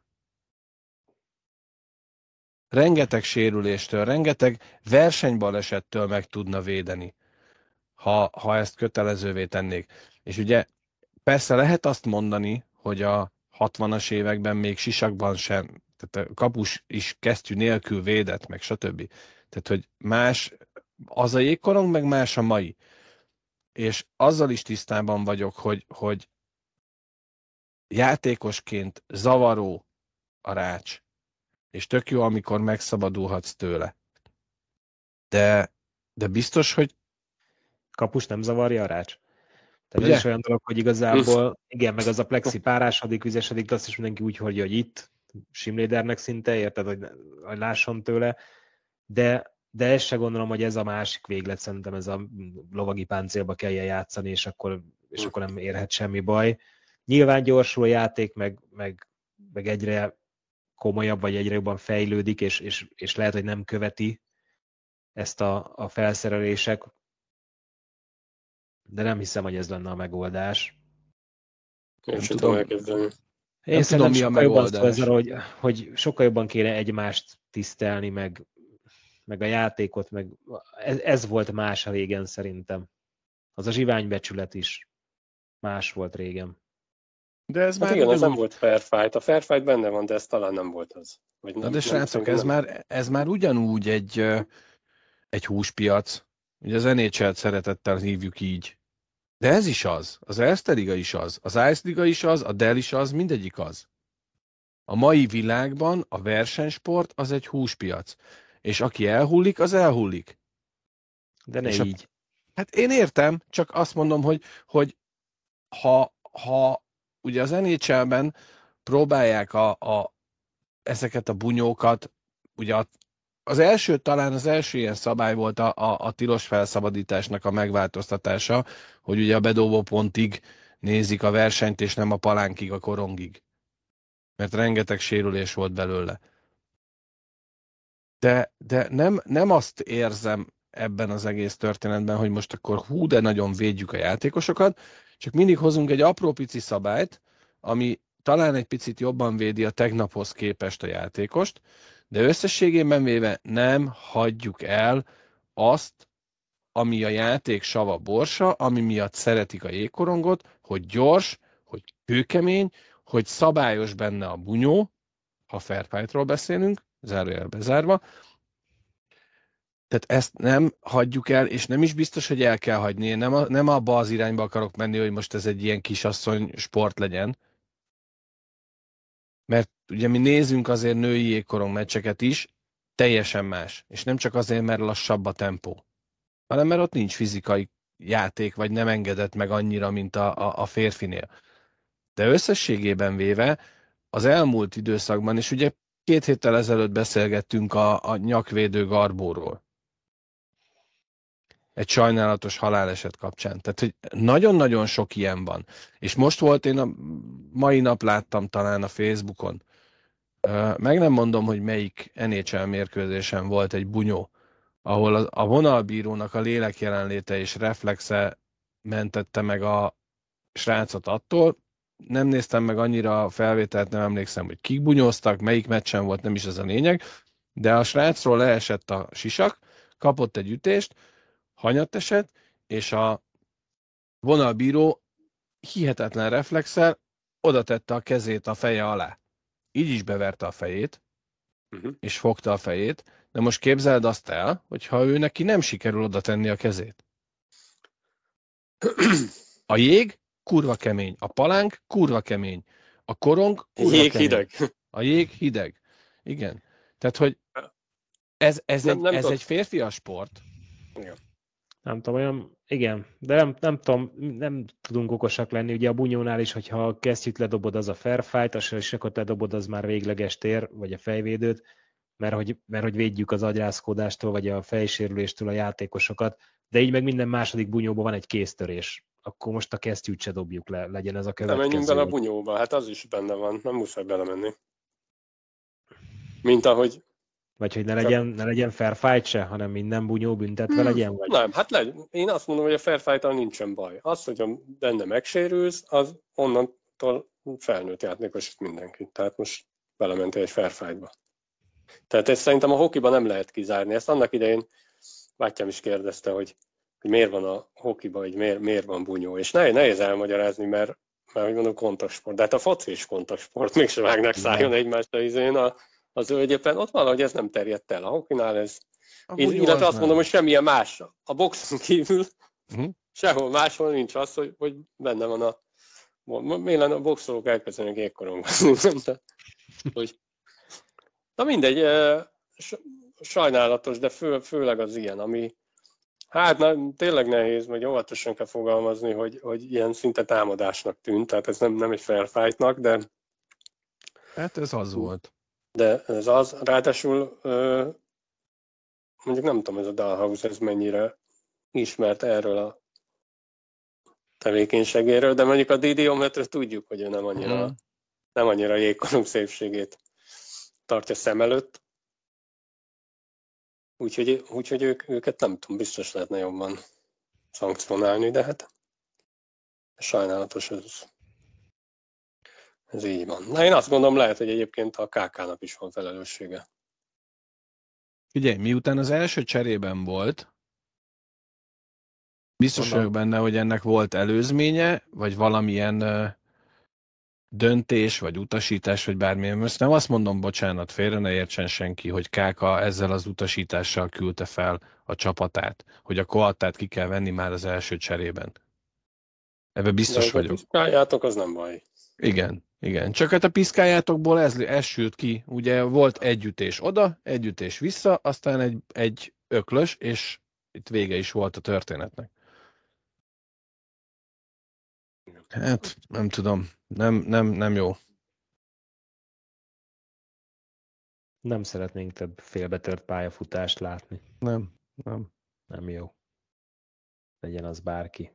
Rengeteg sérüléstől, rengeteg versenybalesettől meg tudna védeni, ha, ha ezt kötelezővé tennék. És ugye persze lehet azt mondani, hogy a hatvanas években még sisakban sem, tehát a kapus is kesztyű nélkül védett, meg stb. Tehát, hogy más az a jégkorong, meg más a mai. És azzal is tisztában vagyok, hogy, hogy játékosként zavaró a rács, és tök jó, amikor megszabadulhatsz tőle. De, de biztos, hogy... Kapus nem zavarja a rács? Tehát Ugye? ez is olyan dolog, hogy igazából, igen, meg az a plexi párásodik, vizesedik, de azt is mindenki úgy hordja, hogy itt, simlédernek szinte, érted, hogy, hogy lásson tőle, de, de ezt se gondolom, hogy ez a másik véglet, szerintem ez a lovagi páncélba kelljen játszani, és akkor, és akkor nem érhet semmi baj. Nyilván gyorsul a játék, meg, meg, meg egyre komolyabb, vagy egyre jobban fejlődik, és, és, és lehet, hogy nem követi ezt a, a felszerelések, de nem hiszem, hogy ez lenne a megoldás. Én sem tudom elkezdeni. Én nem szerintem tudom, mi a sokkal jobban megoldás. szól, hogy, hogy sokkal jobban kéne egymást tisztelni, meg, meg a játékot, meg ez, ez volt más a régen szerintem. Az a zsiványbecsület is más volt régen. De ez Hát már igen, ez nem ugyanúgy... volt fair fight. A fair fight benne van, de ez talán nem volt az. Vagy nem, Na de nem, srácok, ez nem. már, ez már ugyanúgy egy, ö, egy húspiac. Ugye az en há el-t szeretettel hívjuk így. De ez is az. Az Erste Liga is az. Az Ice Liga is az, a Dell is az, mindegyik az. A mai világban a versenysport az egy húspiac. És aki elhullik, az elhullik. De ne És a- így. Hát én értem, csak azt mondom, hogy, hogy ha, ha ugye az en há el-ben próbálják a, a, ezeket a bunyókat, ugye a, az első, talán az első ilyen szabály volt a, a, a tilos felszabadításnak a megváltoztatása, hogy ugye a bedobó pontig nézik a versenyt, és nem a palánkig, a korongig. Mert rengeteg sérülés volt belőle. De, de nem, nem azt érzem ebben az egész történetben, hogy most akkor hú, de nagyon védjük a játékosokat, csak mindig hozunk egy apró pici szabályt, ami talán egy picit jobban védi a tegnaphoz képest a játékost, de összességében véve nem hagyjuk el azt, ami a játék sava borsa, ami miatt szeretik a jégkorongot, hogy gyors, hogy kőkemény, hogy szabályos benne a bunyó, ha fair fight-ról beszélünk, zárójel bezárva. Tehát ezt nem hagyjuk el, és nem is biztos, hogy el kell hagyni. Én nem, a, nem abba az irányba akarok menni, hogy most ez egy ilyen kisasszony sport legyen. Mert ugye mi nézünk azért női jégkorong meccseket is, teljesen más. És nem csak azért, mert lassabb a tempó, hanem mert ott nincs fizikai játék, vagy nem engedett meg annyira, mint a, a, a férfinél. De összességében véve az elmúlt időszakban, és ugye két héttel ezelőtt beszélgettünk a, a nyakvédő garbóról. Egy sajnálatos haláleset kapcsán. Tehát, hogy nagyon-nagyon sok ilyen van. És most volt, én a mai nap láttam talán a Facebookon, meg nem mondom, hogy melyik en há el mérkőzésen volt egy bunyó, ahol a vonalbírónak a lélek jelenléte és reflexe mentette meg a srácot attól. Nem néztem meg annyira a felvételt, nem emlékszem, hogy kik bunyóztak, melyik meccsen volt, nem is ez a lényeg, de a srácról leesett a sisak, kapott egy ütést, hanyatt esett, és a vonalbíró hihetetlen reflexel oda tette a kezét a feje alá. Így is beverte a fejét, uh-huh. és fogta a fejét, de most képzeld azt el, hogyha ő neki nem sikerül oda tenni a kezét. A jég kurva kemény, a palánk kurva kemény, a korong kurva jég kemény. hideg. A jég hideg. Igen. Tehát, hogy ez, ez, nem, egy, nem ez tud... egy férfias sport. Igen. Nem tudom, olyan, igen, de nem, nem tudom, nem tudunk okosak lenni. Ugye a bunyónál is, hogyha a kesztyűt ledobod, az a fair fight, a sakot ledobod, az már végleges tér, vagy a fejvédőt, mert hogy, mert hogy védjük az agyrázkódástól, vagy a fejsérüléstől a játékosokat, de így meg minden második bunyóban van egy kéztörés. Akkor most a kesztyűt se dobjuk le, legyen ez a következő. Nem menjünk bele a bunyóba, hát az is benne van, nem muszáj belemenni. Mint ahogy... Vagy hogy ne legyen, ne legyen fair fight se, hanem minden bunyó büntetve legyen? Vagy... Nem, hát legyen. Én azt mondom, hogy a fair fight-tal nincsen baj. Az, hogy benne megsérülsz, az onnantól felnőtt játékos mindenki. Tehát most belementél egy fair fight-ba. Tehát ezt szerintem a hokiban nem lehet kizárni. Ezt annak idején bátyám is kérdezte, hogy, hogy miért van a hokiban, hogy miért, miért van bunyó. És nehéz, nehéz elmagyarázni, mert, mert hogy mondom, kontaktsport. De hát a foci is kontaktsport, mégsem vágnak szálljon egymásra izén a az völgyepen, ott valahogy ez nem terjedt el. A hokinál ez... Ill, illetve azt nem. mondom, hogy semmilyen más. A boxon kívül uh-huh. sehol máshol nincs az, hogy, hogy benne van a... Mi lenne a boxolók elkezdenek jégkorongban. hogy Na mindegy, sajnálatos, de fő, főleg az ilyen, ami hát na, tényleg nehéz, meg óvatosan kell fogalmazni, hogy, hogy ilyen szinte támadásnak tűnt, tehát ez nem, nem egy fair fight-nak, de Hát ez az volt. De ez az, ráadásul mondjuk nem tudom, ez a Dalhouse ez mennyire ismert erről a tevékenységéről, de mondjuk a Didiometről tudjuk, hogy ő nem annyira, mm. nem annyira jégkorong szépségét tartja szem előtt. Úgyhogy, úgyhogy ők, őket nem tudom, biztos lehetne jobban szankcionálni, de hát sajnálatos ez. Ez így van. Na én azt gondolom, lehet, hogy egyébként a ká ká-nak is van felelőssége. Figyelj, miután az első cserében volt, biztos vagyok benne, hogy ennek volt előzménye, vagy valamilyen uh, döntés, vagy utasítás, vagy bármilyen. Most nem azt mondom, bocsánat, félre ne értsen senki, hogy ká ká ezzel az utasítással küldte fel a csapatát, hogy a Coattát ki kell venni már az első cserében. Ebben biztos de vagyok. Piszkáljátok, az nem baj. Igen, igen. Csak hát a piszkájátokból ez, ez sült ki. Ugye volt egy ütés oda, egy ütés vissza, aztán egy, egy öklös, és itt vége is volt a történetnek. Hát, nem tudom. Nem, nem, nem jó. Nem szeretnénk több félbetört pályafutást látni. Nem, nem. Nem jó. Legyen az bárki.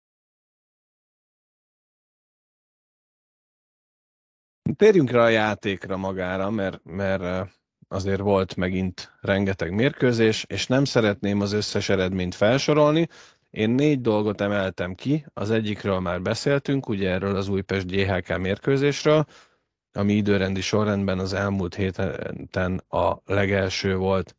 Térjünk rá a játékra magára, mert, mert azért volt megint rengeteg mérkőzés, és nem szeretném az összes eredményt felsorolni. Én négy dolgot emeltem ki, az egyikről már beszéltünk, ugye erről az Újpest gé há ká mérkőzésről, ami időrendi sorrendben az elmúlt héten a legelső volt.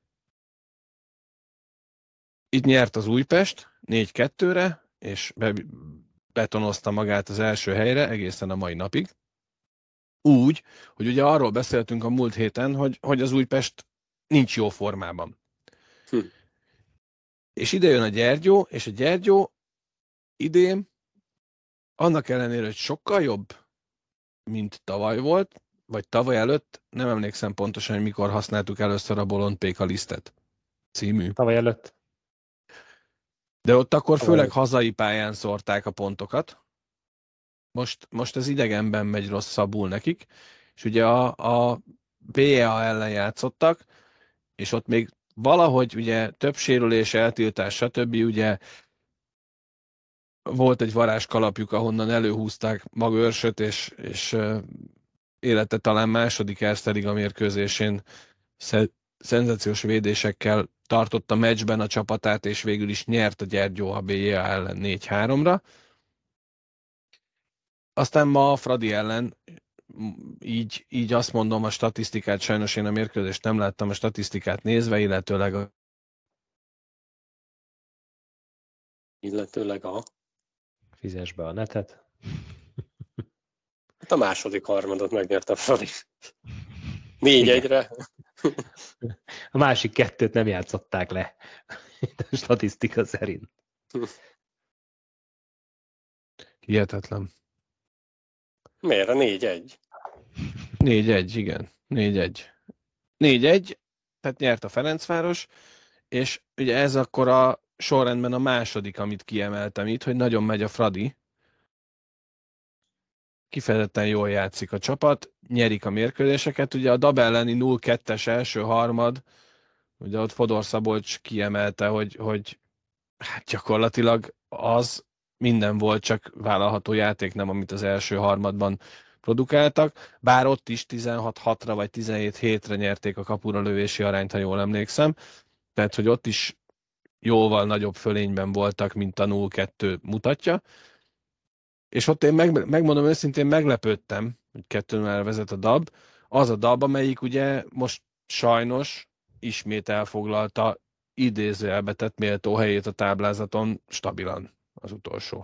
Itt nyert az Újpest négy kettőre, és be, betonozta magát az első helyre egészen a mai napig. Úgy, hogy ugye arról beszéltünk a múlt héten, hogy, hogy az Újpest nincs jó formában. Hm. És ide jön a Gyergyó, és a Gyergyó idén annak ellenére, hogy sokkal jobb, mint tavaly volt, vagy tavaly előtt, nem emlékszem pontosan, hogy mikor használtuk először a Bolond Péka lisztet című. Tavaly előtt. De ott akkor tavaly főleg hazai pályán szórták a pontokat. Most, most ez idegenben megy rosszabbul nekik, és ugye a, a bé e á ellen játszottak, és ott még valahogy ugye több sérülés, eltiltás, stb. Ugye volt egy varázskalapjuk, ahonnan előhúzták Magőrsöt, és, és uh, élete talán második Erste-liga mérkőzésén sze, szenzációs védésekkel tartotta meccsben a csapatát, és végül is nyert a Gyergyó a bé e á ellen négy háromra. Aztán ma a Fradi ellen, így, így azt mondom a statisztikát, sajnos én a mérkőzést nem láttam a statisztikát nézve, illetőleg a... Illetőleg a... Fizess be a netet. Hát a második harmadot megnyert a Fradi. négy egyre. A másik kettőt nem játszották le. A statisztika szerint. Hihetetlen. Miért? A négy egy? négy egy, igen. négy egy. négy egy, tehát nyert a Ferencváros, és ugye ez akkor a sorrendben a második, amit kiemeltem itt, hogy nagyon megy a Fradi. Kifejezetten jól játszik a csapat, nyerik a mérkőzéseket. Ugye a Dab elleni nulla kettes első harmad, ugye ott Fodor Szabolcs kiemelte, hogy, hogy hát gyakorlatilag az minden volt, csak vállalható játék nem, amit az első harmadban produkáltak, bár ott is tizenhat hatra vagy tizenhét hétre nyerték a kapura lövési arányt, ha jól emlékszem, tehát hogy ott is jóval nagyobb fölényben voltak, mint a nulla kettő mutatja, és ott én meg, megmondom őszintén meglepődtem, hogy kettő null vezet a Dab, az a Dab, amelyik ugye most sajnos ismét elfoglalta idézőjelbe tett méltó helyét a táblázaton stabilan az utolsó.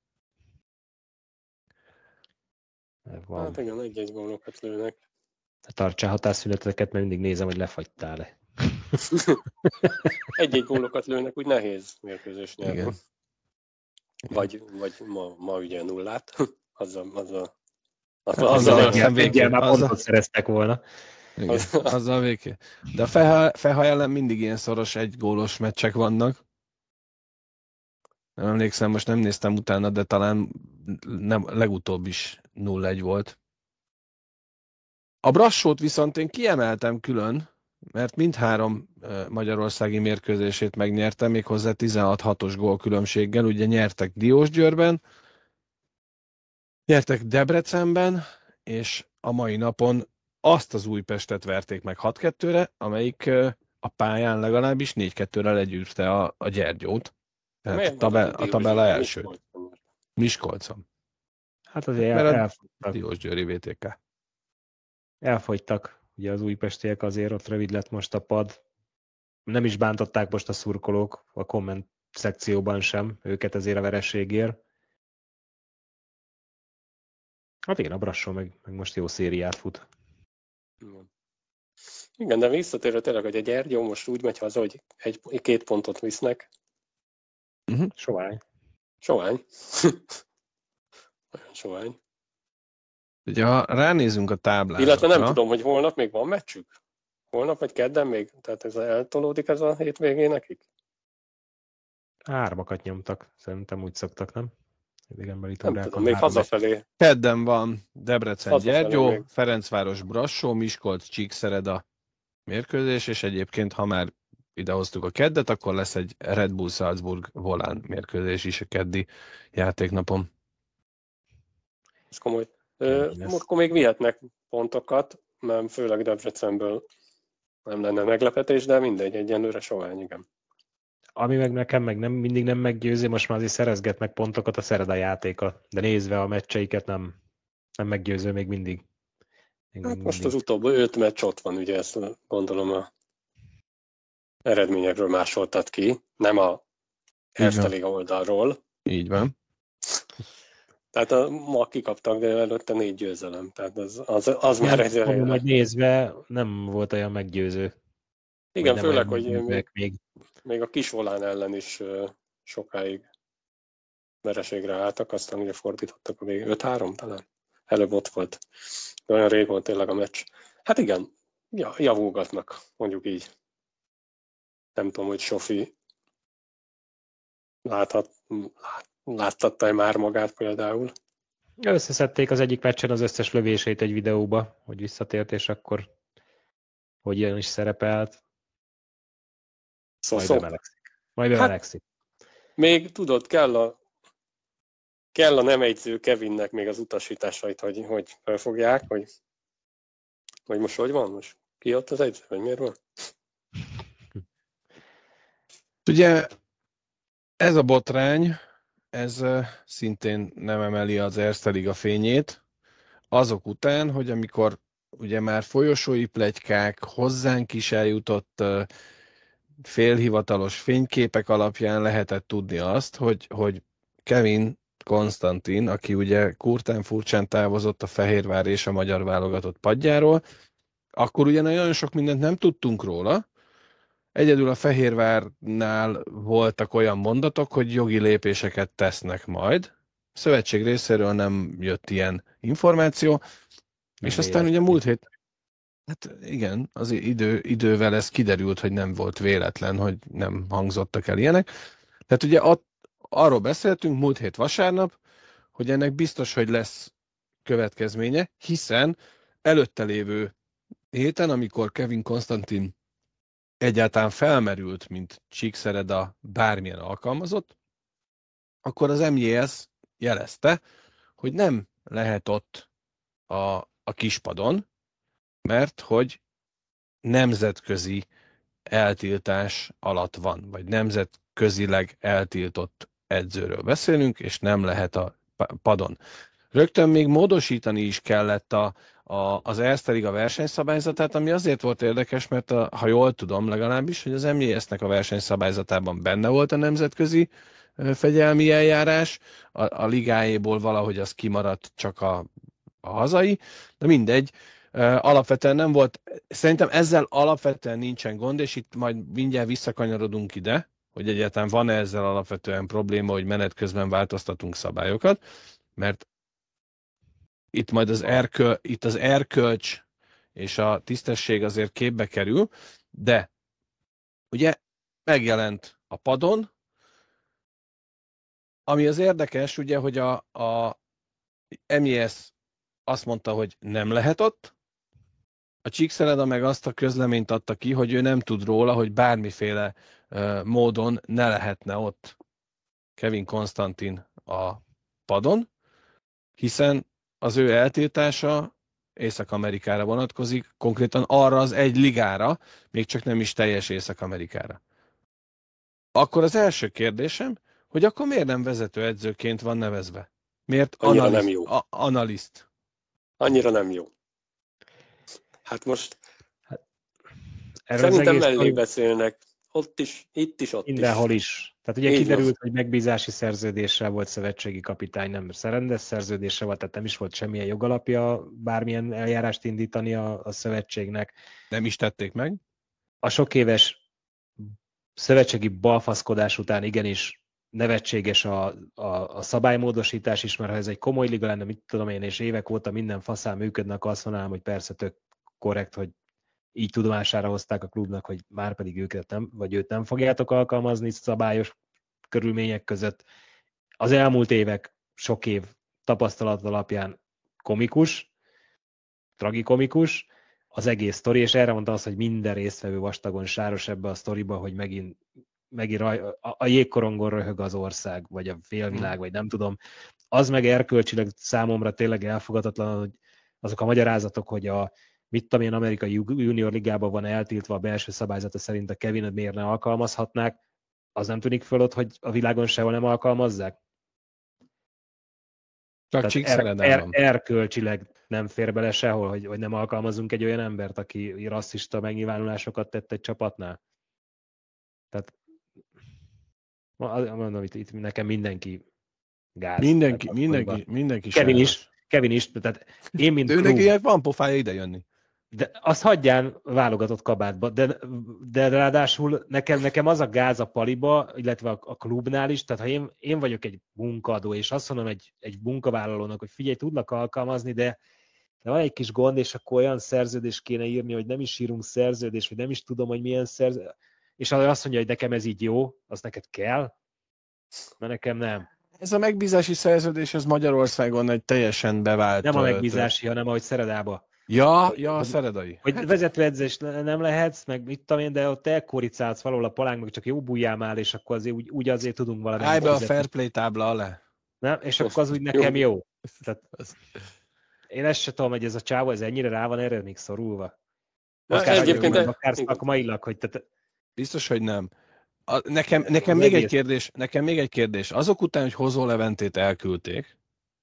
Van. Hát igen, egy-egy gólokat lőnek. Tartsál határszüneteket, mert mindig nézem, hogy lefagytál-e. Egy-egy gólokat lőnek, úgy nehéz mérkőzés nyerni. Vagy, vagy ma, ma ugye nullát. Az a, az a, az a, az az a, a, a, a, a, a pontot szereztek volna. Igen, Az- azzal végké. De a Feha, Feha ellen mindig ilyen szoros egy gólos meccsek vannak. Nem emlékszem, most nem néztem utána, de talán nem, legutóbb is nulla egy volt. A Brassót viszont én kiemeltem külön, mert mindhárom uh, magyarországi mérkőzését megnyerte, méghozzá tizenhat hatos gólkülönbséggel. Ugye nyertek Diósgyőrben, nyertek Debrecenben, és a mai napon azt az Újpestet verték meg hat kettőre, amelyik uh, a pályán legalábbis négy kettőre legyűrte a, a Gyergyót. Tehát Miért a, tabel, a tabella elsőt. Miskolcon? Miskolcon. Hát azért Mert a elfogytak. Diósgyőri vé té ká. elfogytak. Ugye az újpestiek, azért ott rövid lett most a pad. Nem is bántották most a szurkolók a komment szekcióban sem őket ezért a vereségért. Hát igen, a Brassó meg, meg most jó szériát fut. Igen. Igen, de visszatérve tényleg, hogy a Gyergyó most úgy megy haza, hogy egy, két pontot visznek. Uh-huh. Sovány. Sovány. Olyan sovány. Ugye, ha ránézünk a táblázatra... Illetve nem tudom, hogy holnap még van meccsük? Holnap vagy kedden még? Tehát ez eltolódik ez a hétvégén nekik? Hármakat nyomtak. Szerintem úgy szoktak, nem? Idegenbeli Nem túrákon. tudom, még három hazafelé. Kedden van Debrecen, Hazafelé Gyergyó, még. Ferencváros, Brassó, Miskolc, Csíkszereda mérkőzés, és egyébként, ha már idehoztuk a keddet, akkor lesz egy Red Bull Salzburg volán mérkőzés is a keddi játéknapon. Ez komoly. Kemény Ö, lesz. akkor még vihetnek pontokat, mert főleg Debrecenből nem lenne meglepetés, de mindegy, egyenlőre sovány, igen. Ami meg nekem meg nem, mindig nem meggyőzi, most már azért szerezgetnek pontokat a Szereda játéka, de nézve a meccseiket nem, nem meggyőző még mindig. Még Hát még most mindig. az utóbbi öt meccs ott van, ugye ezt gondolom a eredményekről másoltad ki, nem a Erste Liga oldalról. Így van. Tehát a, ma kikaptak, de előtte négy győzelem. Tehát az, az, az már egy Mondom, eredmény. hogy nézve nem volt olyan meggyőző. Igen, Vagy nem főleg, olyan hogy meggyőzőek még, még. még a Kisvolán ellen is uh, sokáig vereségre álltak, aztán ugye fordítottak a végén. öt három talán? Előbb ott volt. De olyan rég volt tényleg a meccs. Hát igen, ja, javulgatnak, mondjuk így. Nem tudom, hogy Sofi láthat, lát, láttatta-e már magát például. Összeszedték az egyik meccsen az összes lövését egy videóba, hogy visszatért, és akkor hogy ilyen is szerepelt. Szó, Majd szó. bemelegszik. Majd Hát- bemelegszik. Még tudod, kell a, kell a nem egyző Kevinnek még az utasításait, hogy, hogy felfogják, hogy, hogy most hogy van? Most ki ott az egyző, vagy miért van? Ugye ez a botrány, ez uh, szintén nem emeli az Erste Liga fényét, azok után, hogy amikor ugye már folyosói pletykák, hozzánk is eljutott uh, félhivatalos fényképek alapján lehetett tudni azt, hogy, hogy Kevin Konstantin, aki ugye kurtán furcsán távozott a Fehérvár és a magyar válogatott padjáról, akkor ugye nagyon sok mindent nem tudtunk róla. Egyedül a Fehérvárnál voltak olyan mondatok, hogy jogi lépéseket tesznek majd. A szövetség részéről nem jött ilyen információ, Nem és aztán ugye múlt hét, hát igen, az idő, idővel ez kiderült, hogy nem volt véletlen, hogy nem hangzottak el ilyenek. Tehát ugye at, arról beszéltünk múlt hét vasárnap, hogy ennek biztos, hogy lesz következménye, hiszen előtte lévő héten, amikor Kevin Konstantin egyáltalán felmerült, mint Csíkszereda bármilyen alkalmazott, akkor az em jé es jelezte, hogy nem lehet ott a, a kispadon, mert hogy nemzetközi eltiltás alatt van, vagy nemzetközileg eltiltott edzőről beszélünk, és nem lehet a padon. Rögtön még módosítani is kellett a, a, az Erste Liga versenyszabályzatát, ami azért volt érdekes, mert a, ha jól tudom legalábbis, hogy az em jé es-nek a versenyszabályzatában benne volt a nemzetközi fegyelmi eljárás, a, a ligáéból valahogy az kimaradt csak a, a hazai, de mindegy, alapvetően nem volt, szerintem ezzel alapvetően nincsen gond, és itt majd mindjárt visszakanyarodunk ide, hogy egyáltalán van-e ezzel alapvetően probléma, hogy menet közben változtatunk szabályokat, mert itt majd az, erköl, itt az erkölcs és a tisztesség azért képbe kerül, de ugye megjelent a padon, ami az érdekes, ugye, hogy a, a em i es azt mondta, hogy nem lehet ott, a Csíkszereda meg azt a közleményt adta ki, hogy ő nem tud róla, hogy bármiféle uh, módon ne lehetne ott Kevin Konstantin a padon, hiszen az ő eltiltása Észak-Amerikára vonatkozik, konkrétan arra az egy ligára, még csak nem is teljes Észak-Amerikára. Akkor az első kérdésem, hogy akkor miért nem vezetőedzőként van nevezve? Miért Annyira analiszt, nem jó. A, analiszt? Annyira nem jó. Hát most Erről szerintem az egész mellé beszélnek. Ott is, itt is, ott mindenhol is. is. Tehát ugye Így kiderült, van. hogy megbízási szerződéssel volt szövetségi kapitány, nem rendes szerződése volt, tehát nem is volt semmilyen jogalapja bármilyen eljárást indítani a, a szövetségnek. Nem is tették meg? A sok éves szövetségi balfaszkodás után igenis nevetséges a, a, a szabálymódosítás is, mert ha ez egy komoly liga lenne, mit tudom én, és évek óta minden faszán működnek, azt mondanám, hogy persze tök korrekt, hogy így tudomására hozták a klubnak, hogy már pedig őket nem, vagy őt nem fogjátok alkalmazni szabályos körülmények között. Az elmúlt évek, sok év tapasztalat alapján komikus, tragikomikus, az egész sztori, és erre mondta azt, hogy minden résztvevő vastagon sáros ebbe a sztoriba, hogy megint, megint raj, a, a jégkorongon röhög az ország, vagy a félvilág, vagy nem tudom. Az meg erkölcsileg számomra tényleg elfogadhatatlan, hogy azok a magyarázatok, hogy a mit tudom én, amerikai junior ligában van eltiltva a belső szabályzata szerint a Kevinet miért ne alkalmazhatnák, az nem tűnik föl ott, hogy a világon sehol nem alkalmazzák? Csak Csíkszeredában. Er, er, erkölcsileg nem fér bele sehol, hogy, hogy nem alkalmazunk egy olyan embert, aki rasszista megnyilvánulásokat tett egy csapatnál. Tehát mondom, itt, itt nekem mindenki gáz. Mindenki, mindenki, mindenki Kevin sáros. is, Kevin is, tehát én, mint Őnek klub, ilyen van pofája ide jönni. de azt hagyján válogatott kabátba, de, de ráadásul nekem, nekem az a gáz a paliba, illetve a, a klubnál is, tehát ha én, én vagyok egy munkadó, és azt mondom egy, egy munkavállalónak, hogy figyelj, tudlak alkalmazni, de, de van egy kis gond, és akkor olyan szerződést kéne írni, hogy nem is írunk szerződést, vagy nem is tudom, hogy milyen szerződés, és azt mondja, hogy nekem ez így jó, az neked kell, mert nekem nem. Ez a megbízási szerződés, ez Magyarországon egy teljesen bevált... Nem a megbízási, hanem ahogy Szeredába. Ja, ja, a szeredai. Hogy hát... vezetőedzés nem lehetsz, meg mit tudom én, de ott elkoricálsz valahol a palánk, meg csak jó bújjál már, és akkor azért úgy, úgy azért tudunk valami. Állj be a fair play tábla alá. Nem? És akkor az úgy nekem jó. Tehát én ezt se tudom, hogy ez a csávó, ez ennyire rá van erre még szorulva. Akár, egyébként vagy, akár szakmailag, hogy tehát... Biztos, hogy nem. A, nekem nekem még, egy kérdés, nekem még egy kérdés. Azok után, hogy Hozó Leventét elküldték,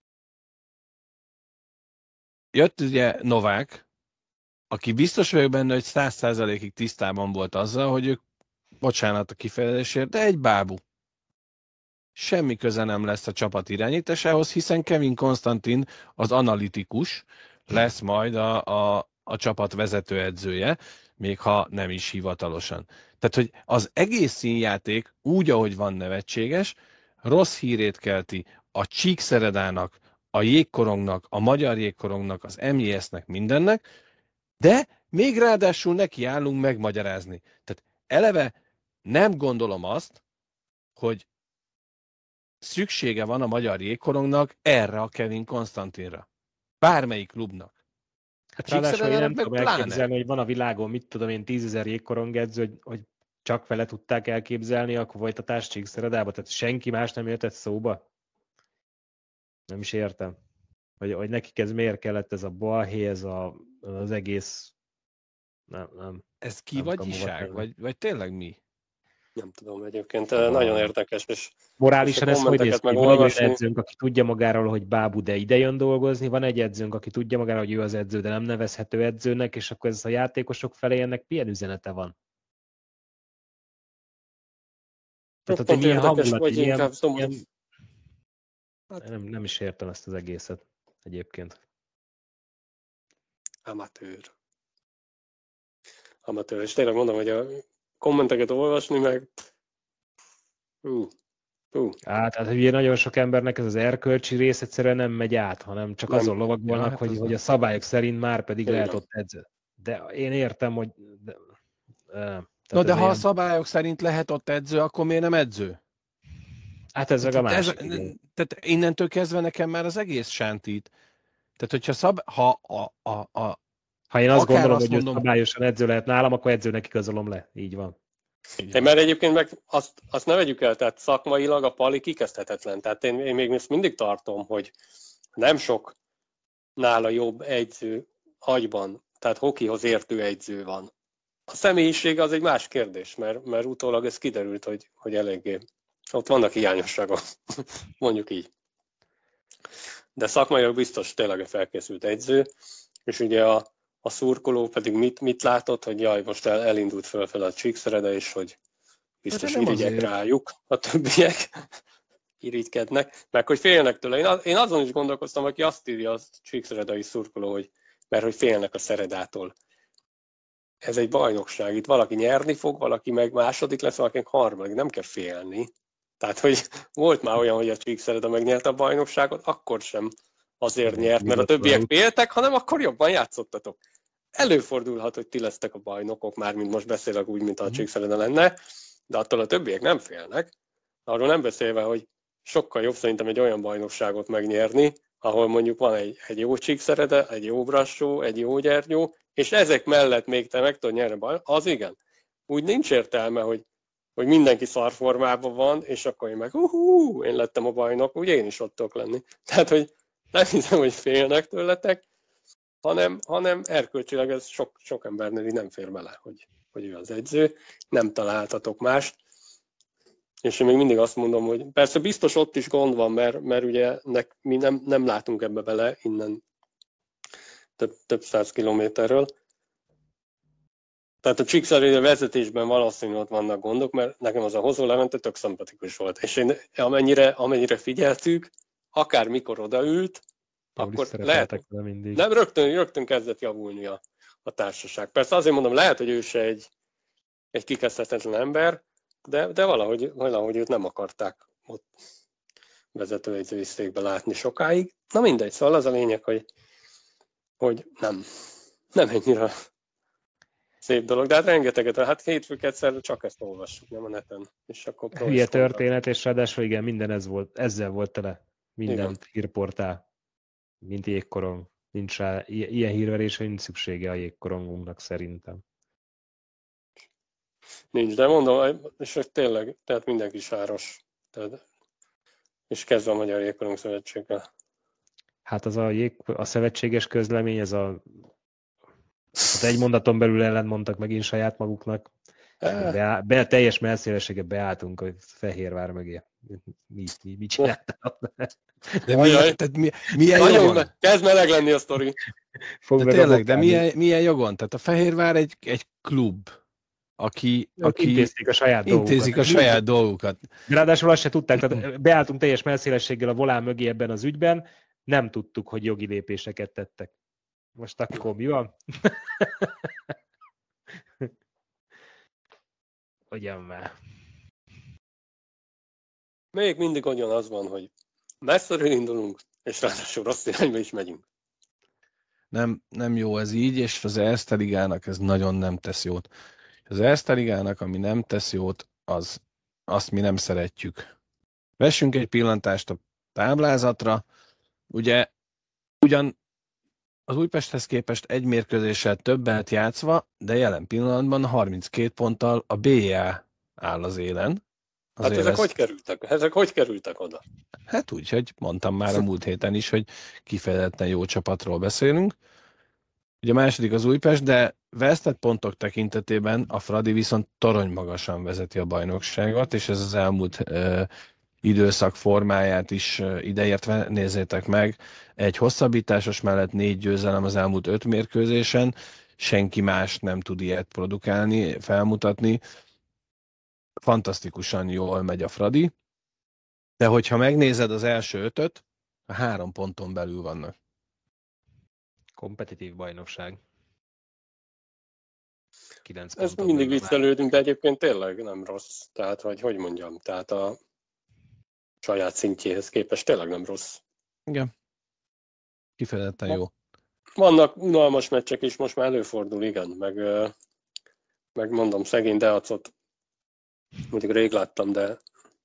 jött ugye Novák, aki biztos vagyok benne, hogy száz százalékig tisztában volt azzal, hogy ők, bocsánat a kifejezésért, de egy bábú. Semmi köze nem lesz a csapat irányításához, hiszen Kevin Konstantin, az analitikus, lesz majd a, a, a csapat vezetőedzője, még ha nem is hivatalosan. Tehát, hogy az egész színjáték úgy, ahogy van, nevetséges, rossz hírét kelti a Csíkszeredának, a jégkorongnak, a magyar jégkorongnak, az em i es-nek, mindennek, de még ráadásul nekiállunk megmagyarázni. Tehát eleve nem gondolom azt, hogy szüksége van a magyar jégkorongnak erre a Kevin Konstantinra. Bármelyik klubnak. Hát ráadásul én nem tudom elképzelni, hogy van a világon, mit tudom én, tízezer jégkorongedző, hogy, hogy csak vele tudták elképzelni a folytatást Csíkszeredába, tehát senki más nem jöttett szóba. Nem is értem. Hogy, hogy nekik ez miért kellett, ez a balhé, ez a, az egész... Nem, nem. Ez kivagyiság? Vagy, vagy tényleg mi? Nem tudom egyébként, nagyon érdekes. És morálisan ez hogy néz ki? Van egy edzőnk, aki tudja magáról, hogy bábú, de ide jön dolgozni, van egy edzőnk, aki tudja magáról, hogy ő az edző, de nem nevezhető edzőnek, és akkor ez a játékosok felé ennek milyen üzenete van? Tehát, hogy milyen hangulat, vagy ilyen, ilyen... Hát... Nem, nem is értem ezt az egészet egyébként. Amatőr. Amatőr. És tényleg mondom, hogy a kommenteket olvasni, meg... Uh, uh. Hát, hát ugye nagyon sok embernek ez az erkölcsi rész egyszerűen nem megy át, hanem csak nem. Azon lovagolnak, ja, hát hogy, az hogy a szabályok szerint már pedig igen. Lehet ott edző. De én értem, hogy... De, uh, Na de ha ilyen... a szabályok szerint lehet ott edző, akkor miért nem edző? Hát ez meg a másik. Ez, tehát innentől kezdve nekem már az egész sántít. Tehát, hogyha szab, ha a, a, a ha én azt gondolom, azt hogy mondom, ő szabályosan edző lehet nálam, akkor edzőnek igazolom le. Így van. Így mert egyébként meg azt, azt ne vegyük el, tehát szakmailag a Pali kikezdhetetlen. Tehát én, én még ezt mindig tartom, hogy nem sok nála jobb edző agyban, tehát hokihoz értő edző van. A személyiség az egy más kérdés, mert, mert utólag ez kiderült, hogy, hogy eléggé ott vannak hiányosságok, mondjuk így. De szakmailag biztos tényleg a felkészült edző, és ugye a, a szurkoló pedig mit, mit látott, hogy jaj, most el, elindult fölfele a Csíkszerede, és hogy biztos irigyek azért rájuk a többiek, irigykednek, meg hogy félnek tőle. Én, az, én azon is gondolkoztam, aki azt írja a csíkszeredai szurkoló, hogy mert hogy félnek a Szeredától. Ez egy bajnokság, itt valaki nyerni fog, valaki meg második lesz, valakinek harmadik, nem kell félni. Tehát, hogy volt már olyan, hogy a Csíkszereda megnyerte a bajnokságot, akkor sem azért nyert, mert a többiek féltek, hanem akkor jobban játszottatok. Előfordulhat, hogy ti lesztek a bajnokok, már mint most beszélek úgy, mint a Csíkszereda lenne, de attól a többiek nem félnek. Arról nem beszélve, hogy sokkal jobb szerintem egy olyan bajnokságot megnyerni, ahol mondjuk van egy, egy jó Csíkszerede, egy jó Brassó, egy jó Gyergyó, és ezek mellett még te meg tudod nyerni a bajnok, az igen. Úgy nincs értelme, hogy, hogy mindenki szarformában van, és akkor én meg hú, én lettem a bajnok, úgy én is ott tudok lenni. Tehát, hogy nem hiszem, hogy félnek tőletek, hanem, hanem erkölcsileg ez sok, sok embernél nem fér bele, hogy, hogy ő az edző, nem találtatok mást. És én még mindig azt mondom, hogy persze biztos ott is gond van, mert, mert ugye nek, mi nem, nem látunk ebbe bele innen több, több száz kilométerről. Tehát a Csíkszereda vezetésben valószínűleg ott vannak gondok, mert nekem az a Hozó Levente tök szimpatikus volt. És én amennyire, amennyire figyeltük, akár mikor odaült, akkor lehet, nem rögtön, rögtön kezdett javulni a, a társaság. Persze azért mondom, lehet, hogy ő se egy, egy kikezdhetetlen ember, de, de valahogy, valahogy őt nem akarták ott vezetőedzői székbe látni sokáig. Na mindegy, szóval az a lényeg, hogy, hogy nem, nem ennyire szép dolog, de hát rengeteget, hát hétfők egyszer csak ezt olvassuk, nem a neten. És akkor hülye történet, és ráadásul igen, minden ez volt, ezzel volt tele, minden hírportál, mint jégkorong. Nincs rá, ilyen hírverésre nincs szüksége a jégkorongunknak szerintem. Nincs, de mondom, és tényleg, tehát mindenki sáros. Tehát, és kezdve a Magyar Jégkorong Szövetséggel. Hát az a, jég, a szövetséges közlemény, ez a az egy mondaton belül ellen mondtak megint saját maguknak. Be, be, teljes melszélességgel beálltunk a Fehérvár mögé. Mi, mi, mi csináltam? De milyen, tehát mi, milyen jogon? Me, kezd meleg lenni a sztori. De tényleg, de milyen, milyen jogon? Tehát a Fehérvár egy, egy klub, aki, aki intézik a saját intézik dolgukat. a saját dolgukat. Ráadásul azt se tudták, tehát beálltunk teljes melszélességgel a volán mögé ebben az ügyben, nem tudtuk, hogy jogi lépéseket tettek. Most akkor mi van? Ugyan már. Még mindig olyan az van, hogy messzeről indulunk, és ráadásul rossz irányba is megyünk. Nem, nem jó ez így, és az Erste Ligának ez nagyon nem tesz jót. Az Erste Ligának, ami nem tesz jót, az, azt mi nem szeretjük. Vessünk egy pillantást a táblázatra. Ugye, ugyan az Újpesthez képest egy mérkőzéssel többet játszva, de jelen pillanatban harminckét ponttal a bé á áll az élen. Azért hát ezek ez... hogy kerültek? Ezek hogy kerültek oda? Hát úgy, hogy mondtam már a múlt héten is, hogy kifejezetten jó csapatról beszélünk. Ugye a második az Újpest, de vesztett pontok tekintetében a Fradi viszont torony magasan vezeti a bajnokságot, és ez az elmúlt uh, időszak formáját is uh, ideértve, nézzétek meg, egy hosszabbításos mellett négy győzelem az elmúlt öt mérkőzésen, senki más nem tud ilyet produkálni, felmutatni. Fantasztikusan jól megy a Fradi, de hogyha megnézed az első ötöt, a három ponton belül vannak. Kompetitív bajnokság. kilenc Ezt mindig viccelődünk, de egyébként tényleg nem rossz. Tehát, hogy hogy mondjam, tehát a saját szintjéhez képest tényleg nem rossz. Igen. Kifejezetten jó. vannak unalmas meccsek is, most már előfordul, igen, meg, meg mondom, szegény Deacot mondjuk rég láttam, de,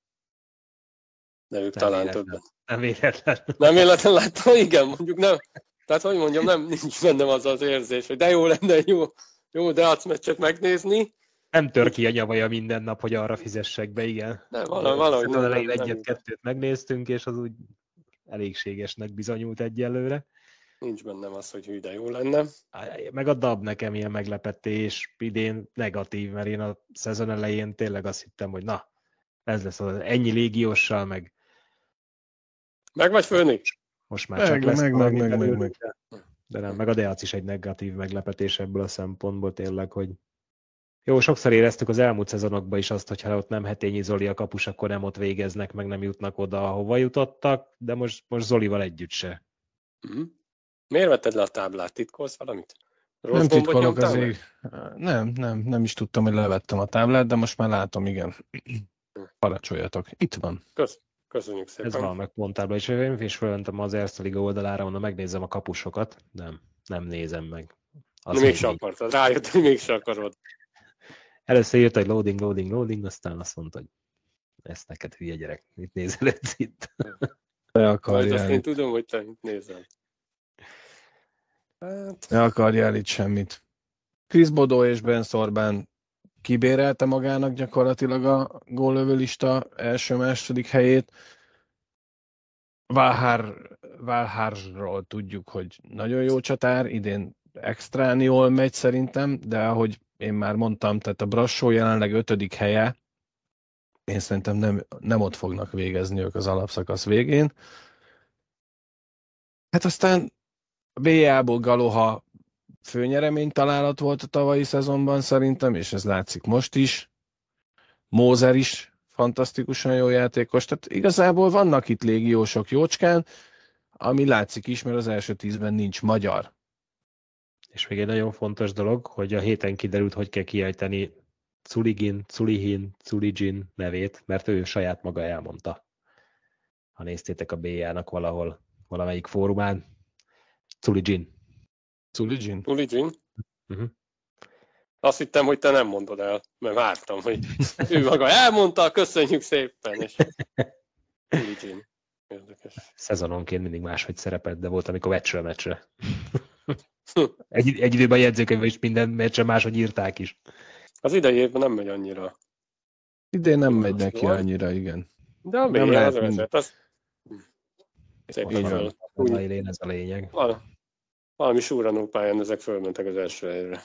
de ők Nem talán véletlen. többet. Nem véletlen. Nem véletlen láttam, igen, mondjuk nem. Tehát, hogy mondjam, nem, nincs bennem az az érzés, hogy de jó lenne jó, jó Deac meccset megnézni. Nem tör ki a nyavaja minden nap, hogy arra fizessek be, igen. Nem, valahogy, valahogy nem, nem, nem, nem, egyet-kettőt megnéztünk, és az úgy elégségesnek bizonyult egyelőre. nincs bennem az, hogy hű, de jó lenne. Meg a dab nekem ilyen meglepetés, idén negatív, mert én a szezon elején tényleg azt hittem, hogy na, ez lesz az ennyi légióssal, meg Meg vagy főni? most már Meg, csak lesz meg, valami meg, meg, belőlük, meg. De, de nem, meg a Deac is egy negatív meglepetés ebből a szempontból tényleg, hogy jó, sokszor éreztük az elmúlt szezonokban is azt, hogy ha ott nem Hetényi Zoli a kapus, akkor nem ott végeznek, meg nem jutnak oda, ahova jutottak, de most, most Zolival együtt se. Uh-huh. Miért vetted le a táblát? Titkolsz valamit? Rossz Nem gombot titkolok nyomtál az meg? ég. Nem, nem, nem is tudtam, hogy levettem a táblát, de most már látom, igen. Parancsoljatok. Itt van. Kösz, köszönjük szépen. Ez van, meg mondtál, és én is fölmentem az Erste Liga oldalára, mondom, megnézem a kapusokat. Nem, nem nézem meg. Az még se akartad, rájött, hogy még se akarod. Először írt, hogy loading, loading, loading, aztán azt mondta, hogy ezt neked hülye gyerek, mit nézelődsz itt? Te Majd azt én akarjál, tudom, hogy te itt nézel. Hát, te akarjál itt semmit. Chris Bodó és Ben Sorbán kibérelte magának gyakorlatilag a góllövőlista első-második helyét. Valhár, Valhárról tudjuk, hogy nagyon jó csatár, idén extrán jól megy szerintem, de ahogy én már mondtam, tehát a Brassó jelenleg ötödik helye, én szerintem nem, nem ott fognak végezni ők az alapszakasz végén. Hát aztán a bé á-ból Galoha főnyeremény találat volt a tavalyi szezonban szerintem, és ez látszik most is. Mózer is fantasztikusan jó játékos, tehát igazából vannak itt légiósok jócskán, ami látszik is, mert az első tízben nincs magyar. És még egy nagyon fontos dolog, hogy a héten kiderült, hogy kell kiejteni Culigin, Culihin, Culigin nevét, mert ő saját maga elmondta. Ha néztétek a bé á-nak valahol, valamelyik fórumán, Culigin. Culigin? Uligin? Uh-huh. Azt hittem, hogy te nem mondod el, mert vártam, hogy ő maga elmondta, köszönjük szépen, és Uligin. Érdekes. Szezononként mindig máshogy szerepelt, de volt, amikor meccsről meccsre. Egy, egy időben a jegyzőkönyvben is minden meccsre máshogy írták is. Az idei évben nem megy annyira. Idén nem Jó, megy neki van. annyira, igen. De a Nem bé á lehet az vezet, az szépen Így van. föl. Az élén ez a lényeg. Val- Valami súranó pályán ezek fölmentek az első helyre.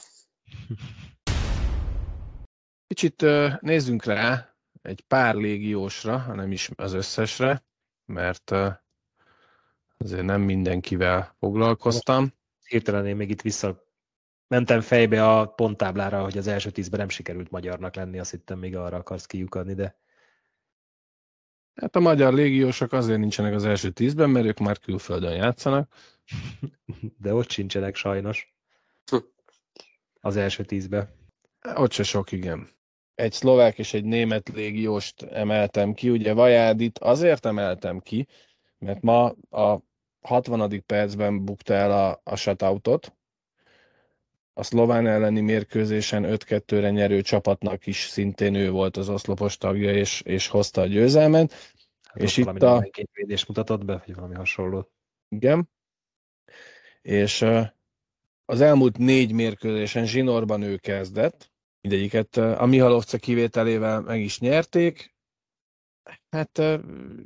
Kicsit uh, nézzünk rá egy pár légiósra, hanem is az összesre, mert uh, azért nem mindenkivel foglalkoztam. Hirtelen én még itt vissza mentem fejbe a ponttáblára, hogy az első tízben nem sikerült magyarnak lenni, azt hittem még arra akarsz kiukadni, de Hát a magyar légiósok azért nincsenek az első tízben, mert ők már külföldön játszanak. de ott sincsenek sajnos az első tízben. Ott se sok, igen. Egy szlovák és egy német légióst emeltem ki, ugye Vajádit azért emeltem ki, mert ma a hatvanadik percben bukta el a, a shutoutot. A szlován elleni mérkőzésen öt kettőre nyerő csapatnak is szintén ő volt az oszlopos tagja, és, és hozta a győzelmet. Hát És és itt itt a... a... két védést mutatott be, vagy valami hasonló. Igen. És uh, az elmúlt négy mérkőzésen zsinórban ő kezdett. Mindegyiket uh, a Mihalovce kivételével meg is nyerték. Hát uh,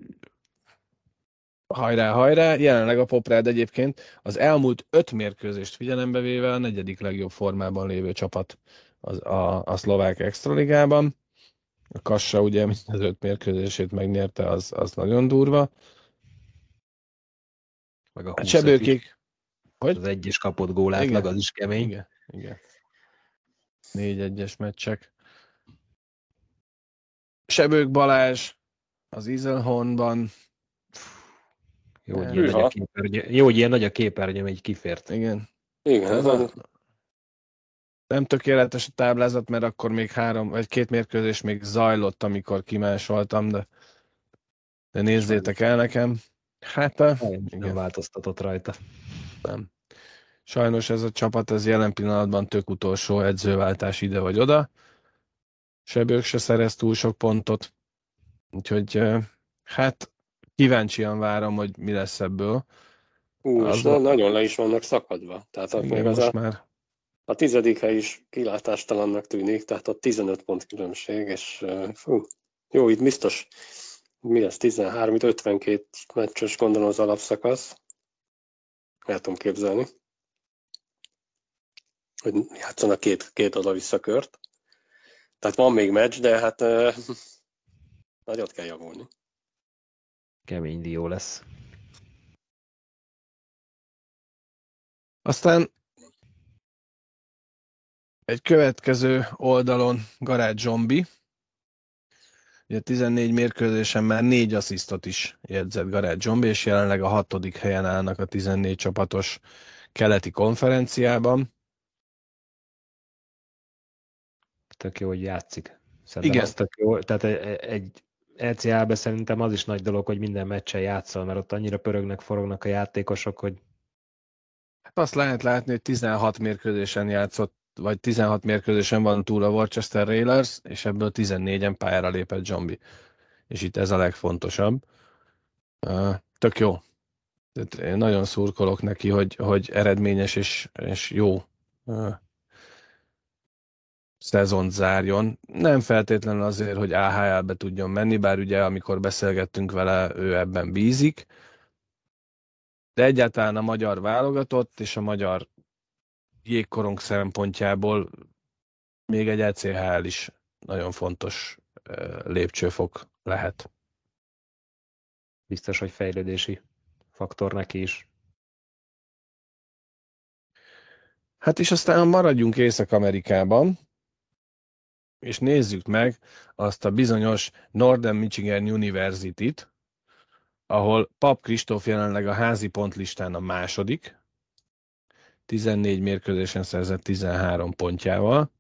hajrá, hajrá. Jelenleg a Poprád egyébként az elmúlt öt mérkőzést figyelembe véve a negyedik legjobb formában lévő csapat az, a, a szlovák extraligában. A Kassa ugye az öt mérkőzését megnyerte, az, az nagyon durva. Meg a A húsz Csebőkék... Hogy? Az egyes kapott gólátlag, az is kemény. Igen, igen. Négy egyes meccsek. Sebők Balázs az Izelhornban. Jó, hogy Hűha. ilyen nagy a képernyő, jó, hogy ilyen nagy a képernyő, egy kifért. Igen. Igen, ez a... Nem tökéletes a táblázat, mert akkor még három, vagy két mérkőzés még zajlott, amikor kimásoltam, de, de nézzétek el nekem. Hát, Nem igen, változtatott rajta. nem. Sajnos ez a csapat ez jelen pillanatban tök utolsó edzőváltás ide vagy oda. Se ők se szerez túl sok pontot. Úgyhogy hát kíváncsian várom, hogy mi lesz ebből. Ú, és Az, na, nagyon le is vannak szakadva. Tehát ott igen, még az most a, már a tizedik hely is kilátástalannak tűnik, tehát ott tizenöt pont különbség, és fú, jó, itt biztos, mi lesz, tizenhárom, itt ötvenkét meccses gondolom az alapszakasz. El tudom képzelni, hogy játszanak két, két oda-vissza kört. Tehát van még meccs, de hát uh, nagyot kell javulni. Kemény dió lesz. aztán egy következő oldalon Garage Zombi. Ugye tizennégy mérkőzésen már négy asszisztot is jegyzett Garage Zombi, és jelenleg a hatodik helyen állnak a tizennégy csapatos keleti konferenciában. Tök jó, hogy játszik. Szerintem Igen. az tök jó. Tehát egy é cé á-ben szerintem az is nagy dolog, hogy minden meccsen játszol, mert ott annyira pörögnek, forognak a játékosok, hogy Hát azt lehet látni, hogy tizenhat mérkőzésen játszott, vagy tizenhat mérkőzésen van túl a Worcester Railers, és ebből tizennégyen pályára lépett Zombi. És itt ez a legfontosabb. Tök jó. Én nagyon szurkolok neki, hogy, hogy eredményes és, és jó szezont zárjon. Nem feltétlenül azért, hogy á há el-be tudjon menni, bár ugye amikor beszélgettünk vele, ő ebben bízik, de egyáltalán a magyar válogatott és a magyar jégkorong szempontjából még egy é cé há el is nagyon fontos lépcsőfok lehet. biztos, hogy fejlődési faktor neki is. Hát és aztán maradjunk Észak-Amerikában, és nézzük meg azt a bizonyos Northern Michigan University-t, ahol Pap Kristóf jelenleg a házi pontlistán a második, tizennégy mérkőzésen szerzett tizenhárom pontjával,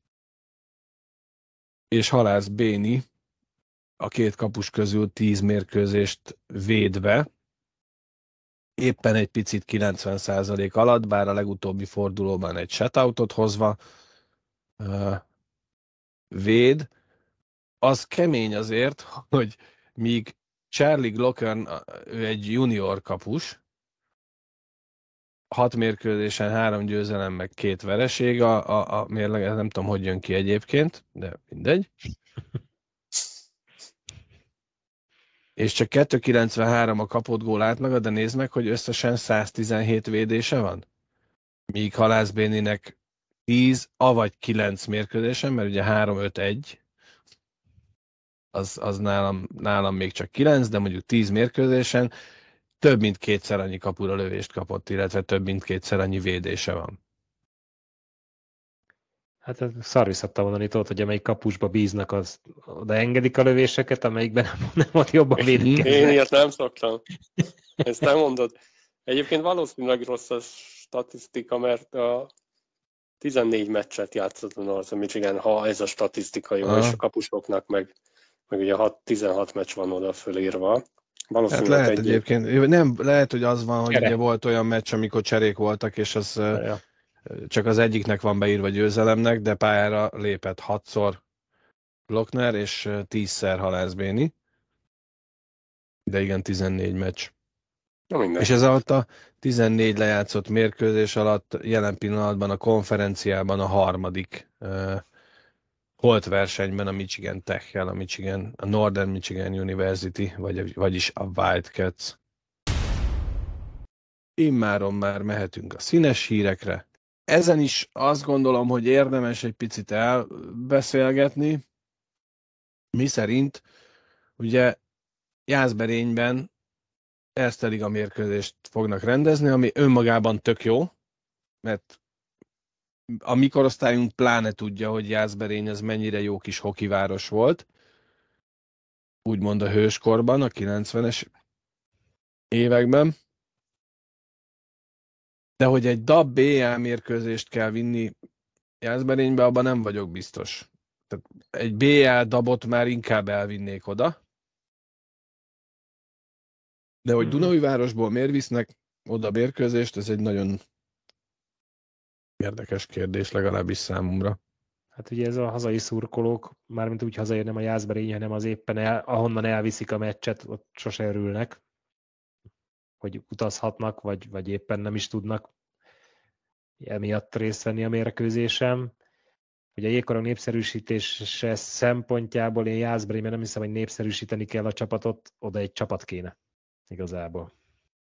és Halász Béni a két kapus közül tíz mérkőzést védve, éppen egy picit kilencven százalék alatt, bár a legutóbbi fordulóban egy shutoutot hozva uh, véd. Az kemény azért, hogy míg Charlie Glockern, ő egy junior kapus, hat mérkőzésen három győzelem, meg két vereség, a, a, a mérleg, nem tudom, hogy jön ki egyébként, de mindegy. És csak kettő egész kilencvenhárom a kapott gól átlaga, de nézd meg, hogy összesen száz tizenhét védése van. Míg Halász Béninek tíz, avagy kilenc mérkőzésen, mert ugye három öt egy, az, az nálam, nálam még csak kilenc, de mondjuk tíz mérkőzésen több mint kétszer annyi kapura lövést kapott, illetve több mint kétszer annyi védése van. Hát szar visszattam mondani, tudod, hogy amelyik kapusba bíznak, az oda engedik a lövéseket, amelyikben nem, nem ott jobban védekeznek. Én ilyet nem szoktam. Ezt nem mondod. Egyébként valószínűleg rossz a statisztika, mert a tizennégy meccset játszott a Northern Michigan, ha ez a statisztika jó, és a kapusoknak meg, meg ugye hat, tizenhat meccs van oda fölírva. Hát lehet egy... egyébként, nem, lehet, hogy az van, hogy ugye volt olyan meccs, amikor cserék voltak, és az ja. csak az egyiknek van beírva győzelemnek, de pályára lépett hatszor Glockner, és tízszer Halász Béni. De igen, tizennégy meccs. És ez alatt a tizennégy lejátszott mérkőzés alatt jelen pillanatban a konferenciában a harmadik uh, holt versenyben a Michigan Tech-jel, a Michigan, a Northern Michigan University, vagy, vagyis a Wildcats. Immáron már mehetünk a színes hírekre. Ezen is azt gondolom, hogy érdemes egy picit elbeszélgetni, mi szerint ugye Jászberényben Erste Liga mérkőzést fognak rendezni, ami önmagában tök jó, mert a mi korosztályunk pláne tudja, hogy Jászberény az mennyire jó kis hokiváros volt, úgymond a hőskorban, a kilencvenes években. De hogy egy dé á bé bé mérkőzést kell vinni Jászberénybe, abban nem vagyok biztos. Tehát egy bé á dabot már inkább elvinnék oda. De hogy Dunaújvárosból miért visznek oda mérkőzést, ez egy nagyon Érdekes kérdés, legalábbis számomra. Hát ugye ez a hazai szurkolók, mármint úgy hazaér nem a Jászberény, hanem az éppen el, ahonnan elviszik a meccset, ott sose örülnek, hogy utazhatnak, vagy, vagy éppen nem is tudnak emiatt részt venni a mérkőzésem. Ugye a jégkorong népszerűsítése szempontjából én Jászberényben nem hiszem, hogy népszerűsíteni kell a csapatot, oda egy csapat kéne igazából.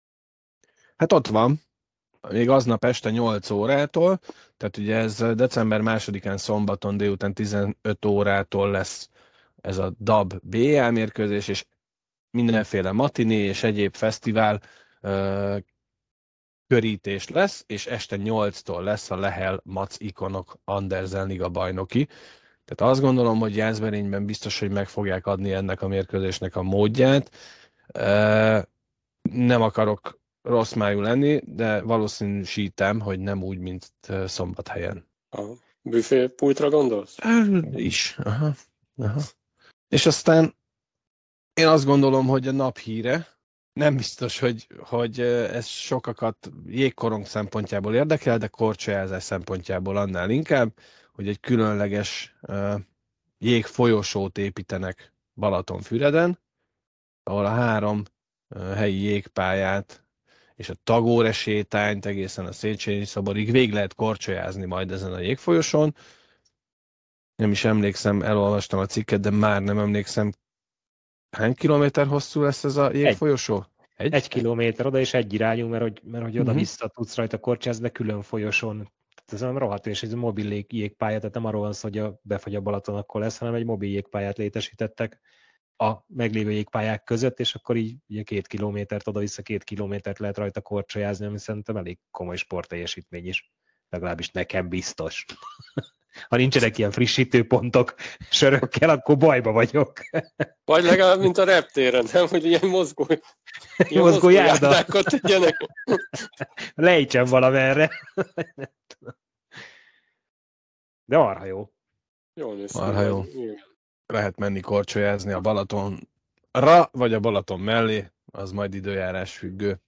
Hát ott van, még aznap este nyolc órától, tehát ugye ez december másodikán szombaton délután tizenöt órától lesz ez a dab bé el mérkőzés, és mindenféle matiné és egyéb fesztivál ö, körítés lesz, és este nyolctól lesz a Lehel Mac Ikonok Andersen Liga bajnoki. Tehát azt gondolom, hogy Jászberényben biztos, hogy meg fogják adni ennek a mérkőzésnek a módját. Ö, nem akarok rossz májú lenni, de valószínűsítem, hogy nem úgy, mint Szombathelyen. A büfépultra gondolsz? Is. Aha. Aha. És aztán én azt gondolom, hogy a nap híre, nem biztos, hogy, hogy ez sokakat jégkorong szempontjából érdekel, de korcsolyázás szempontjából annál inkább, hogy egy különleges uh, jégfolyosót építenek Balatonfüreden, ahol a három uh, helyi jégpályát és a Tagóre sétányt egészen a Széchenyi szoborig végig lehet korcsolyázni majd ezen a jégfolyosón. Nem is emlékszem, elolvastam a cikket, de már nem emlékszem, hány kilométer hosszú lesz ez a jégfolyosó? Egy, egy kilométer oda, és egy irányú, mert hogy, mert hogy oda-vissza uh-huh. tudsz rajta korcsázni, de külön folyosón. Tehát ez nem rohadt, és ez egy mobil jégpálya, tehát nem arról van szó, hogy a befagy a Balaton, akkor lesz, hanem egy mobil jégpályát létesítettek a meglévő jégpályák között, és akkor így ugye két kilométert oda-vissza, két kilométert lehet rajta korcsolyázni, ami szerintem elég komoly sportteljesítmény is. Legalábbis nekem biztos. Ha nincsenek ilyen frissítőpontok sörökkel, akkor bajba vagyok. Vagy legalább, mint a reptéren, nem? Hogy ilyen mozgó, ilyen mozgó járdákat tegyenek. Lejtsen valamerre. De marha jó. Jól néz ki. Marha jó. Lehet menni korcsolyázni a Balatonra, vagy a Balaton mellé, az majd időjárás függő.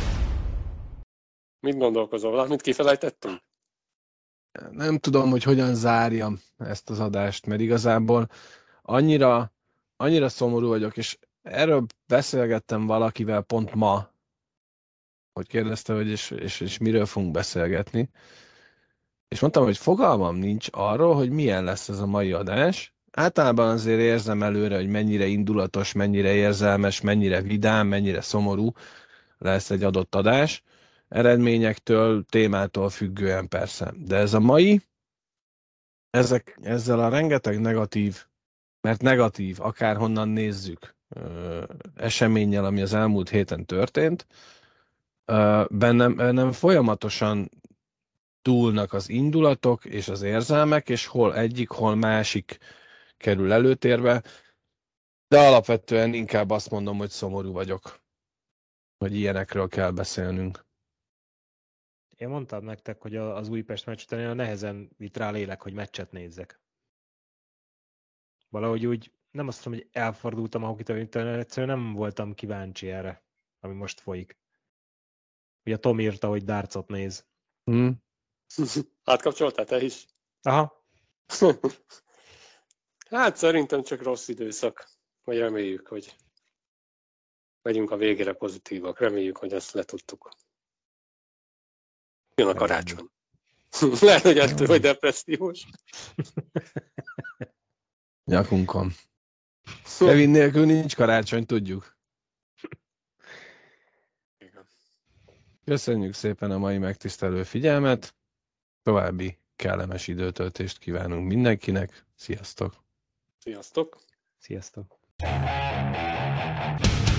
Mit gondolkozol? Valamit kifelejtettünk? Nem tudom, hogy hogyan zárjam ezt az adást, mert igazából annyira, annyira szomorú vagyok, és erről beszélgettem valakivel pont ma, hogy kérdezte, hogy és, és, és miről fogunk beszélgetni, és mondtam, hogy fogalmam nincs arról, hogy milyen lesz ez a mai adás. Általában azért érzem előre, hogy mennyire indulatos, mennyire érzelmes, mennyire vidám, mennyire szomorú lesz egy adott adás. Eredményektől, témától függően persze. De ez a mai, ezek, ezzel a rengeteg negatív, mert negatív, akárhonnan nézzük, ö, eseménnyel, ami az elmúlt héten történt, ö, bennem, bennem folyamatosan dúlnak az indulatok és az érzelmek, és hol egyik, hol másik kerül előtérbe, de alapvetően inkább azt mondom, hogy szomorú vagyok, hogy ilyenekről kell beszélnünk. Én mondtam nektek, hogy az Újpest meccs után olyan nehezen vitt rá lélek, hogy meccset nézzek. Valahogy úgy, nem azt mondom, hogy elfordultam a hokitől, egyszerűen nem voltam kíváncsi erre, ami most folyik. Ugye Tom írta, hogy dárcot néz. Hmm. Átkapcsoltál te is? Aha. Hát szerintem csak rossz időszak, vagy reméljük, hogy megyünk a végére pozitívak. Reméljük, hogy ezt letudtuk. Jön a karácsony. Lehet, hogy ettől vagy depressziós. Nyakunkon. Kevin nélkül nincs karácsony, tudjuk. Köszönjük szépen a mai megtisztelő figyelmet. További kellemes időtöltést kívánunk mindenkinek. Sziasztok! Sziasztok! Sziasztok!